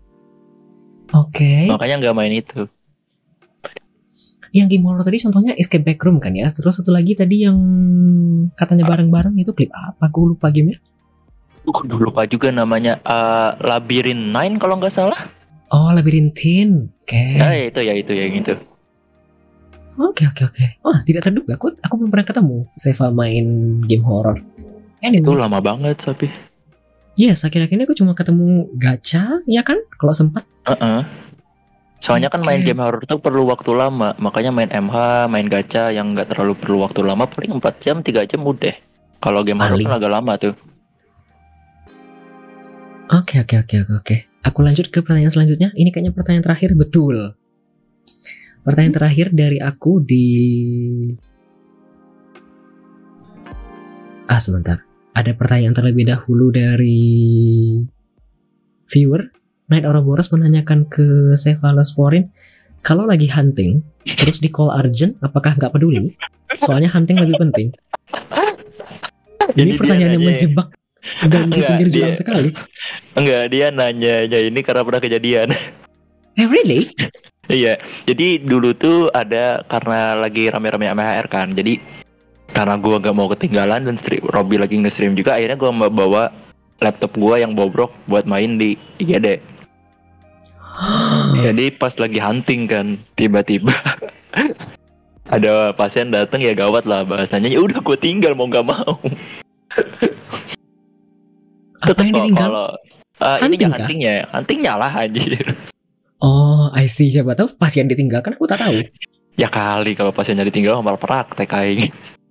Oke. Makanya nggak main itu. Yang game horror tadi contohnya Escape Backroom kan ya. Terus satu lagi tadi yang katanya bareng-bareng itu klip apa? Aku lupa gamenya. Udah lupa juga namanya. Labyrinth 9 kalau nggak salah. Oh, Labyrinthine. Oke. Ya itu yang itu. Oke. Wah, tidak terduga. Aku belum pernah ketemu Seva main game horror. Itu Anyway. lama banget tapi. Yes, akhir-akhir ini aku cuma ketemu gacha, ya kan? Kalau sempat. Soalnya kan main game horror tuh perlu waktu lama. Makanya main MH, main gacha yang nggak terlalu perlu waktu lama, paling 4 jam, 3 jam udah. Kalau game horror kan agak lama tuh. Oke. Aku lanjut ke pertanyaan selanjutnya. Ini kayaknya pertanyaan terakhir, betul. Pertanyaan terakhir dari aku di... sebentar. Ada pertanyaan terlebih dahulu dari viewer. Night Ouroboros menanyakan ke Cephalosporin, Foreign, kalau lagi hunting, terus di call urgent, apakah nggak peduli? Soalnya hunting lebih penting. Ini pertanyaan yang menjebak dan di pinggir jalan sekali. Enggak, dia nanya ini karena pernah kejadian. Really? Iya, jadi dulu tuh ada karena lagi rame-rame MHR kan. Jadi karena gue gak mau ketinggalan dan Robby lagi nge-stream juga, akhirnya gue bawa laptop gue yang bobrok buat main di IGD. Jadi pas lagi hunting kan, tiba-tiba ada pasien datang, ya gawat lah bahasanya. Ya udah gue tinggal mau nggak mau. Apa yang ditinggal? Kalau ini Hunting nggak kah? huntingnya lah anjir. Oh, I see. Siapa tahu pasien ditinggalkan, aku tak tahu. Ya kali kalau pasiennya ditinggal malah praktek kayak.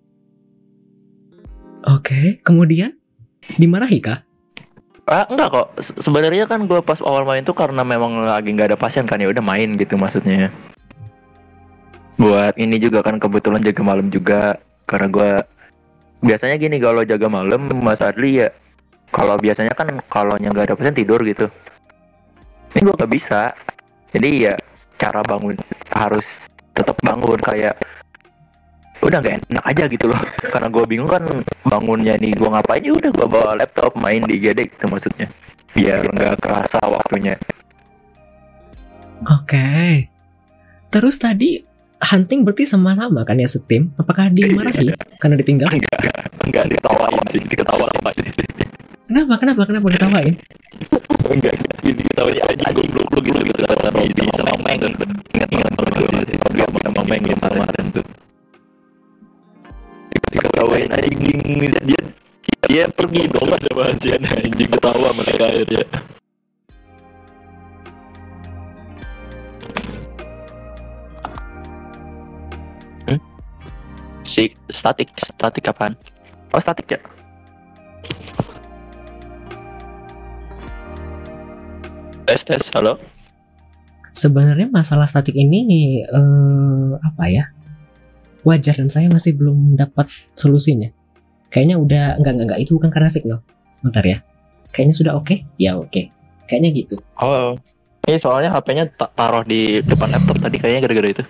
Oke, kemudian dimarahi kah? Enggak kok. Sebenarnya kan gue pas awal main tuh karena memang lagi nggak ada pasien kan, ya udah main gitu maksudnya. Buat ini juga kan kebetulan jaga malam juga, karena gue biasanya gini kalau jaga malam Mas Adli ya. Kalau biasanya kan kalau yang nggak ada pasien tidur gitu. Ini gue nggak bisa. Jadi ya cara bangun harus tetap bangun, kayak udah gak enak aja gitu loh. Karena gue bingung kan bangunnya nih gue ngapain, ya udah gue bawa laptop main di GD gitu maksudnya, biar nggak kerasa waktunya. Oke. Terus tadi hunting berarti sama-sama kan ya setim? Apakah dimarahi karena ditinggal? Enggak diketawain sih, diketawain aja sih. Kenapa ditawain? Enggak diketawain aja, goblok gitu sama Meng. Ingat banget dia sama Meng yang kemarin tuh. Diketawain anjing, dia pergi dong, ada pasien anjing, ketawa mereka akhirnya. Si statik apaan? Oh statik ya. Tes halo. Sebenarnya masalah statik ini apa ya? Wajar dan saya masih belum dapat solusinya. Kayaknya udah enggak itu bukan karena signal. Bentar ya. Kayaknya sudah oke? Ya oke. Kayaknya gitu. Oh. Ini soalnya HP-nya taruh di depan laptop tadi, kayaknya gara-gara itu.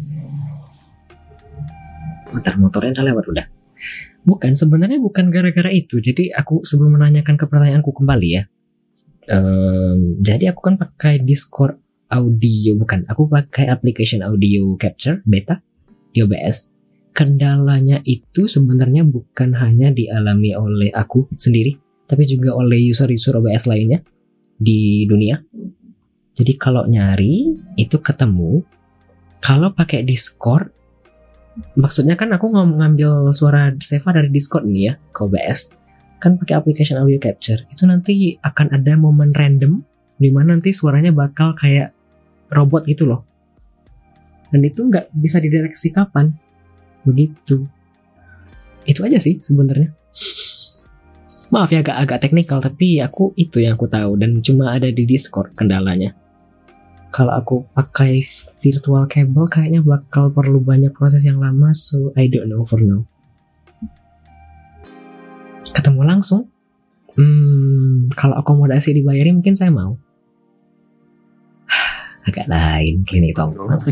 Bentar, motornya udah lewat udah. Bukan, sebenarnya bukan gara-gara itu. Jadi aku sebelum menanyakan ke pertanyaanku kembali ya. Jadi aku kan pakai Discord audio, bukan. Aku pakai application audio capture beta di OBS. Kendalanya itu sebenarnya bukan hanya dialami oleh aku sendiri, tapi juga oleh user-user OBS lainnya di dunia. Jadi kalau nyari itu ketemu. Kalau pakai Discord, maksudnya kan aku ngambil suara Seva dari Discord nih ya ke OBS. Kan pakai application audio capture. Itu nanti akan ada momen random di mana nanti suaranya bakal kayak robot gitu loh. Dan itu nggak bisa dideteksi kapan. Begitu. Itu aja sih sebenarnya. Maaf ya agak teknikal, tapi aku itu yang aku tahu dan cuma ada di Discord kendalanya. Kalau aku pakai virtual cable kayaknya bakal perlu banyak proses yang lama, so I don't know for now. Ketemu langsung? Kalau akomodasi dibayarin mungkin saya mau. Agak lain klinik tongkrong.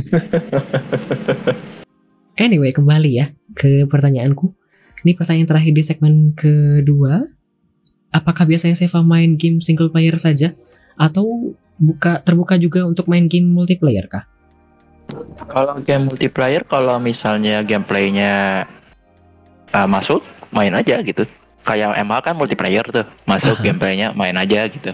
Anyway, kembali ya ke pertanyaanku. Ini pertanyaan terakhir di segmen kedua. Apakah biasanya Seva main game single player saja atau terbuka juga untuk main game multiplayer kah? Kalau game multiplayer, kalau misalnya gameplaynya masuk, main aja gitu. Kayak MH kan multiplayer tuh, masuk gameplaynya main aja gitu.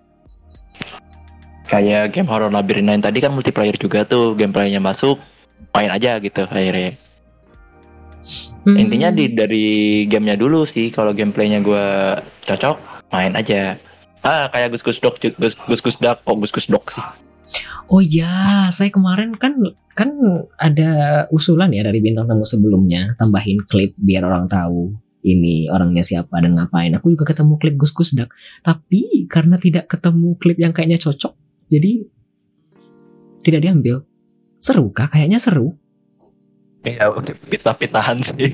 Kayak game Horror Labyrinth 9 tadi kan multiplayer juga tuh, gameplaynya masuk, main aja gitu akhirnya. Intinya dari gamenya dulu sih, kalau gameplaynya gue cocok, main aja. Kayak Gus Gus Dok sih. Oh ya, saya kemarin kan ada usulan ya dari bintang tamu sebelumnya, tambahin klip biar orang tahu ini orangnya siapa dan ngapain. Aku juga ketemu klip Gus Dak, tapi karena tidak ketemu klip yang kayaknya cocok, jadi tidak diambil. Seru kah? Kayaknya seru. Ya, pitah-pitahan sih.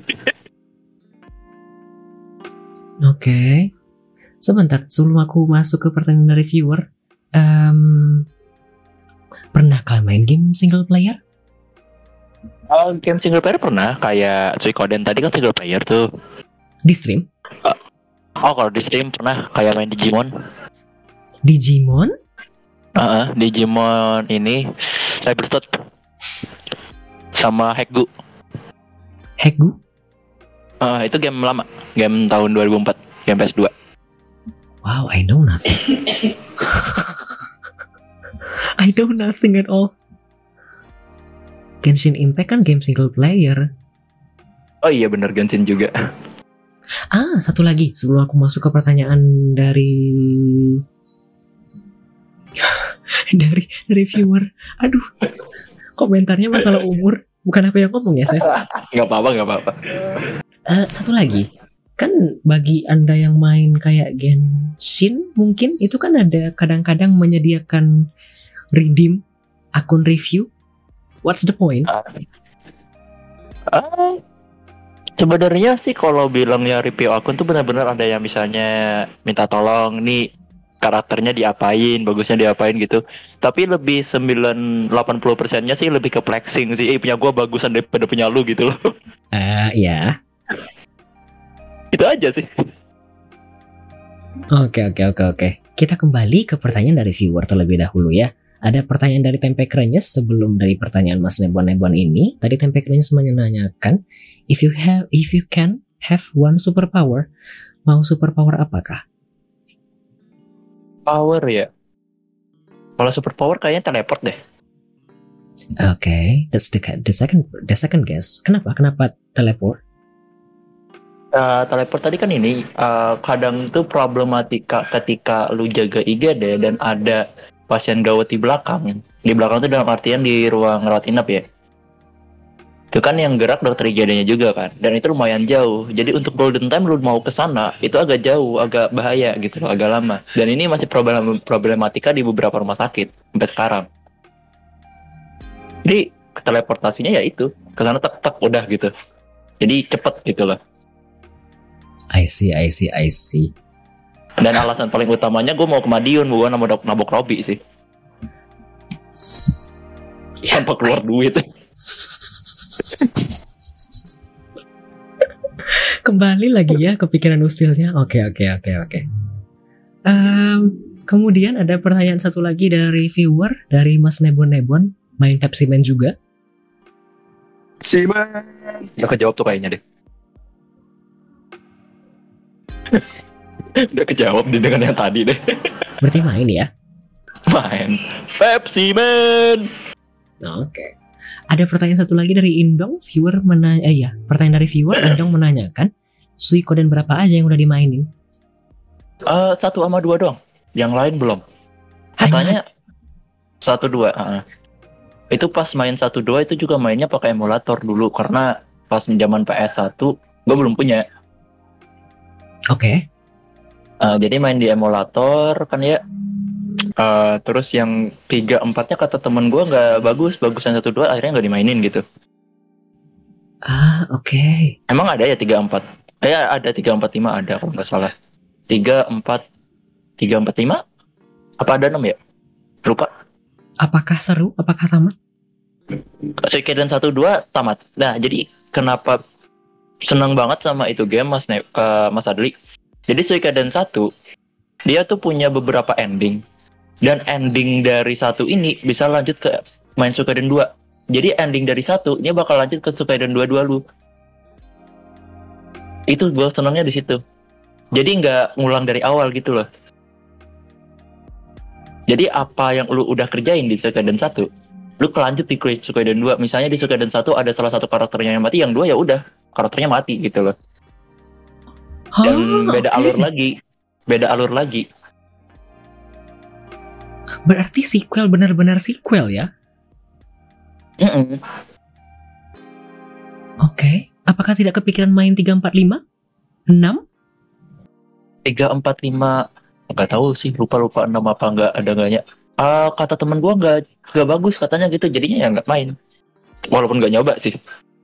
Oke. Sebentar, sebelum aku masuk ke pertanyaan dari viewer, pernahkah main game single player? Game single player pernah, kayak Suikoden tadi kan single player tuh. Di stream? Kalau di stream pernah, kayak main Digimon. Digimon? Digimon ini Cyberstone sama Hekgu. Hekgu? Itu game lama, game tahun 2004, game PS2. Wow, I know nothing. I know nothing at all. Genshin Impact kan game single player. Oh iya bener, Genshin juga. Satu lagi sebelum aku masuk ke pertanyaan dari dari viewer. Aduh, komentarnya masalah umur. Bukan aku yang ngomong ya, Chef. Nggak apa-apa. Satu lagi, kan bagi Anda yang main kayak Genshin, mungkin itu kan ada kadang-kadang menyediakan redeem akun review. What's the point? Sebenarnya sih kalau bilangnya review akun tuh benar-benar ada yang misalnya minta tolong nih karakternya diapain, bagusnya diapain gitu. Tapi lebih 80%-nya sih lebih ke flexing sih. Punya gua bagusan daripada punya lu gitu loh. Ya. Itu aja sih. Oke. Kita kembali ke pertanyaan dari viewer terlebih dahulu ya. Ada pertanyaan dari Tempe Krenyes sebelum dari pertanyaan Mas Nebon-Nebon ini. Tadi Tempe Krenyes menanyakan, if you can have one superpower, mau superpower apakah? Power ya. Kalau superpower kayaknya teleport deh. Oke, that's the second guess. Kenapa teleport? Teleport tadi kan ini kadang tuh problematika ketika lu jaga IGD dan ada pasien gawat di belakang. Di belakang itu dalam artian di ruang rawat inap ya. Itu kan yang gerak dokter IGD-nya juga kan. Dan itu lumayan jauh. Jadi untuk golden time lu mau ke sana itu agak jauh, agak bahaya gitu loh, agak lama. Dan ini masih problematika di beberapa rumah sakit sampai sekarang. Jadi teleportasinya ya itu, ke sana tek udah gitu. Jadi cepet gitu loh. I see. Dan alasan paling utamanya gue mau ke Madiun, bukan nabok Robi sih. Tanpa keluar duit. Kembali lagi ya kepikiran usilnya. Oke. Kemudian ada pertanyaan satu lagi dari viewer, dari Mas Nebon, main Pepsi Man juga. Siman. Udah kejawab tuh kayaknya deh. Udah kejawab dengan yang tadi deh. Berarti main ya? Main Pepsi Man. Oke. Ada pertanyaan satu lagi dari Indong, pertanyaan dari viewer Indong menanyakan, Suikoden berapa aja yang udah dimainin? 1 sama 2 doang. Yang lain belum. Katanya 1-2. Itu pas main 1-2 itu juga mainnya pakai emulator dulu karena pas zaman PS1 gue belum punya. Oke. Jadi main di emulator kan ya. Terus yang 3-4-nya kata temen gue nggak bagusan 1-2 akhirnya nggak dimainin gitu. Oke. Emang ada ya 3-4? Ya ada 3-4-5 ada kalau nggak salah. 3-4-5? Apa ada 6 ya? Lupa. Apakah seru? Apakah tamat? Suikoden 1-2 tamat. Nah jadi kenapa senang banget sama itu game Mas Adli? Jadi Suikoden 1 dia tuh punya beberapa ending. Dan ending dari 1 ini bisa lanjut ke main Suikoden 2. Jadi ending dari 1 dia bakal lanjut ke Suikoden 2 lu. Itu gue senangnya di situ. Jadi nggak ngulang dari awal gitu loh. Jadi apa yang lu udah kerjain di Suikoden 1, lu kelanjut di Suikoden 2. Misalnya di Suikoden 1 ada salah satu karakternya yang mati, yang 2 ya udah karakternya mati gitu loh. Dan beda alur lagi. Berarti sequel benar-benar sequel ya? Oke. Apakah tidak kepikiran main 3-4-5? 6? 3-4-5 nggak tahu sih, lupa 6 apa nggak ada nggaknya. Kata temen gue nggak bagus katanya gitu, jadinya ya nggak main. Walaupun nggak nyoba sih.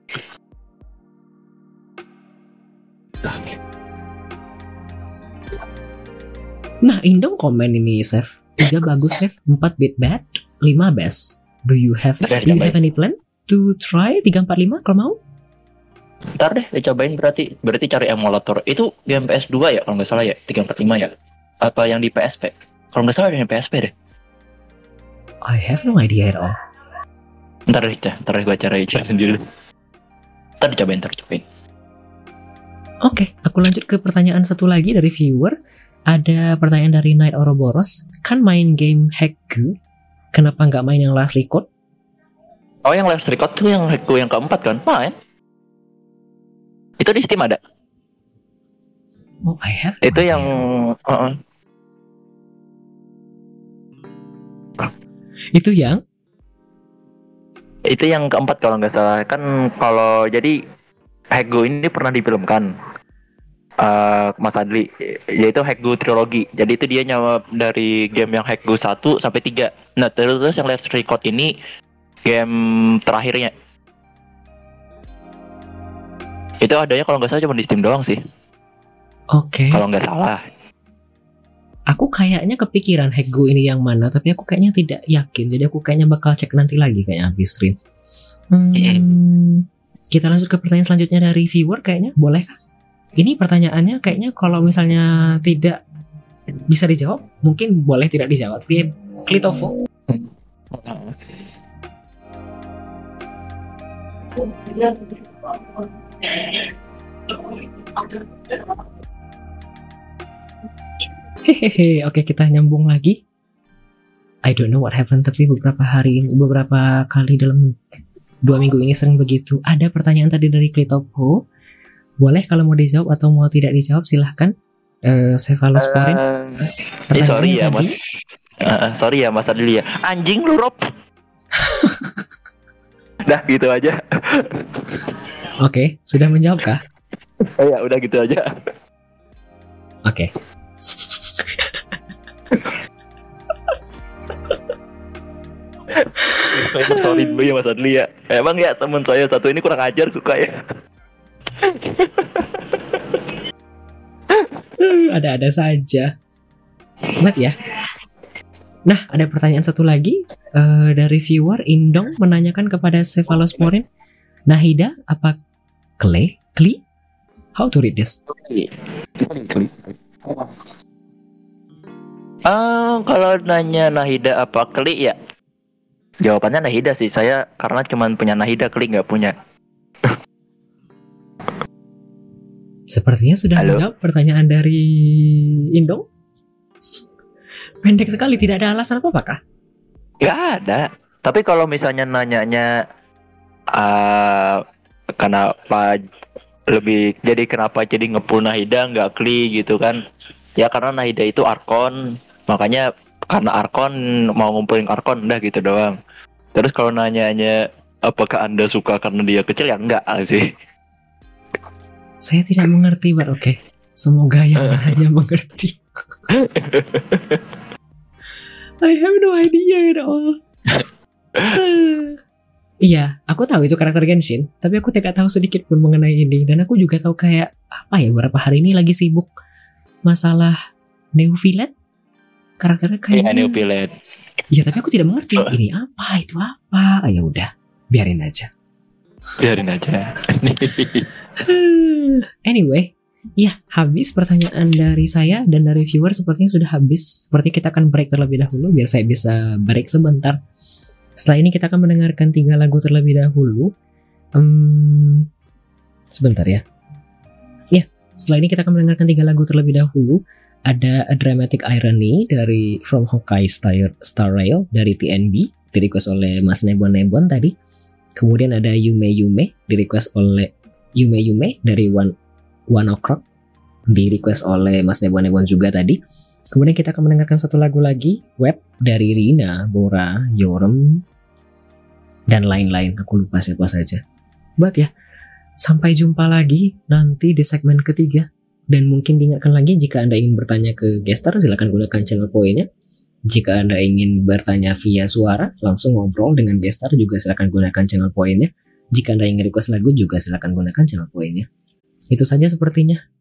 Nah, Indong komen ini, Chef. 3 bagus, Chef. 4 bit bad, 5 best. Do you have any plan to try 3-4-5 kalau mau? Ntar deh dicobain berarti cari emulator. Itu game PS2 ya kalau nggak salah ya, 3-4-5 ya. Apa yang di PSP? Kalau nggak salah ada yang PSP deh. I have no idea at all. Ntar gue cari sendiri. Ntar dicobain. Oke, aku lanjut ke pertanyaan satu lagi dari viewer. Ada pertanyaan dari Night Ouroboros. Kan main game Haiku Kenapa nggak main yang Last Record? Oh, yang Last Record tuh yang Hekko yang keempat kan? Main. Itu di Steam ada. Oh, I have. Itu yang Itu yang itu yang keempat kalau nggak salah. Kan kalau jadi Hekko ini pernah difilmkan. Mas Adli, yaitu Hekko trilogi. Jadi itu dia nyawa dari game yang Hekko 1 sampai 3. Nah, terus yang Last Record ini game terakhirnya. Itu adanya kalau nggak salah cuma di Steam doang sih. Oke. Kalau nggak salah. Aku kayaknya kepikiran Hekko ini yang mana, tapi aku kayaknya tidak yakin. Jadi aku kayaknya bakal cek nanti lagi kayaknya habis stream. Kita lanjut ke pertanyaan selanjutnya dari viewer kayaknya. Boleh kah? Ini pertanyaannya kayaknya kalau misalnya tidak bisa dijawab, mungkin boleh tidak dijawab. Tapi Klitovo. Hehehe, oke kita nyambung lagi. I don't know what happened, tapi beberapa kali dalam 2 minggu ini sering begitu. Ada pertanyaan tadi dari Klitovo. Boleh kalau mau dijawab atau mau tidak dijawab silahkan. Cephalosporin. Sorry ya Mas. Sorry ya Mas Adli ya. Anjing lu Rob. Dah gitu aja. Oke, sudah menjawab kah? Ya udah gitu aja. Oke. Sorry dulu ya Mas Adli ya. Emang ya teman saya satu ini kurang ajar suka ya. Ada-ada saja. Mat ya. Nah, ada pertanyaan satu lagi dari viewer Indong menanyakan kepada Cephalosporin, Nahida apa Kli? How to read this? Kalau nanya Nahida apa Kli ya? Jawabannya Nahida sih. Saya karena cuma punya Nahida, Kli nggak punya. Sepertinya sudah menjawab pertanyaan dari Indong. Pendek sekali, tidak ada alasan apa-apa kah? Gak ada. Tapi kalau misalnya nanyanya kenapa kenapa jadi nge-pull Nahida nggak Kli gitu kan? Ya karena Nahida itu Arkon, makanya karena Arkon mau ngumpulin Arkon udah gitu doang. Terus kalau nanyanya apakah Anda suka karena dia kecil, ya enggak sih. Saya tidak mengerti, but oke. Semoga yang menanya mengerti. I have no idea at all. Iya, aku tahu itu karakter Genshin, tapi aku tidak tahu sedikit pun mengenai ini. Dan aku juga tahu kayak apa ya, beberapa hari ini lagi sibuk masalah Neophylet. Karakternya kayak Neophylet. Iya, tapi aku tidak mengerti ini apa, itu apa. Ya udah, biarin aja. Anyway, ya habis pertanyaan dari saya dan dari viewer sepertinya sudah habis. Seperti kita akan break terlebih dahulu biar saya bisa break sebentar. Setelah ini kita akan mendengarkan 3 lagu terlebih dahulu. Sebentar ya. Ya, setelah ini kita akan mendengarkan 3 lagu terlebih dahulu. Ada A Dramatic Irony dari From Honkai Star Rail dari TNB, di request oleh Mas Nebon tadi. Kemudian ada Yume Yume, di request oleh Yume Yume dari One O'Clock, di request oleh Mas Nebon juga tadi. Kemudian kita akan mendengarkan satu lagu lagi, Web dari Rina, Bora, Yorem, dan lain-lain. Aku lupa siapa saja. But ya, sampai jumpa lagi nanti di segmen ketiga. Dan mungkin diingatkan lagi, jika Anda ingin bertanya ke Gestar, silakan gunakan channel poinnya. Jika Anda ingin bertanya via suara, langsung ngobrol dengan Gestar, juga silakan gunakan channel poinnya. Jika Anda ingin request lagu, juga silakan gunakan channel poinnya. Itu saja sepertinya.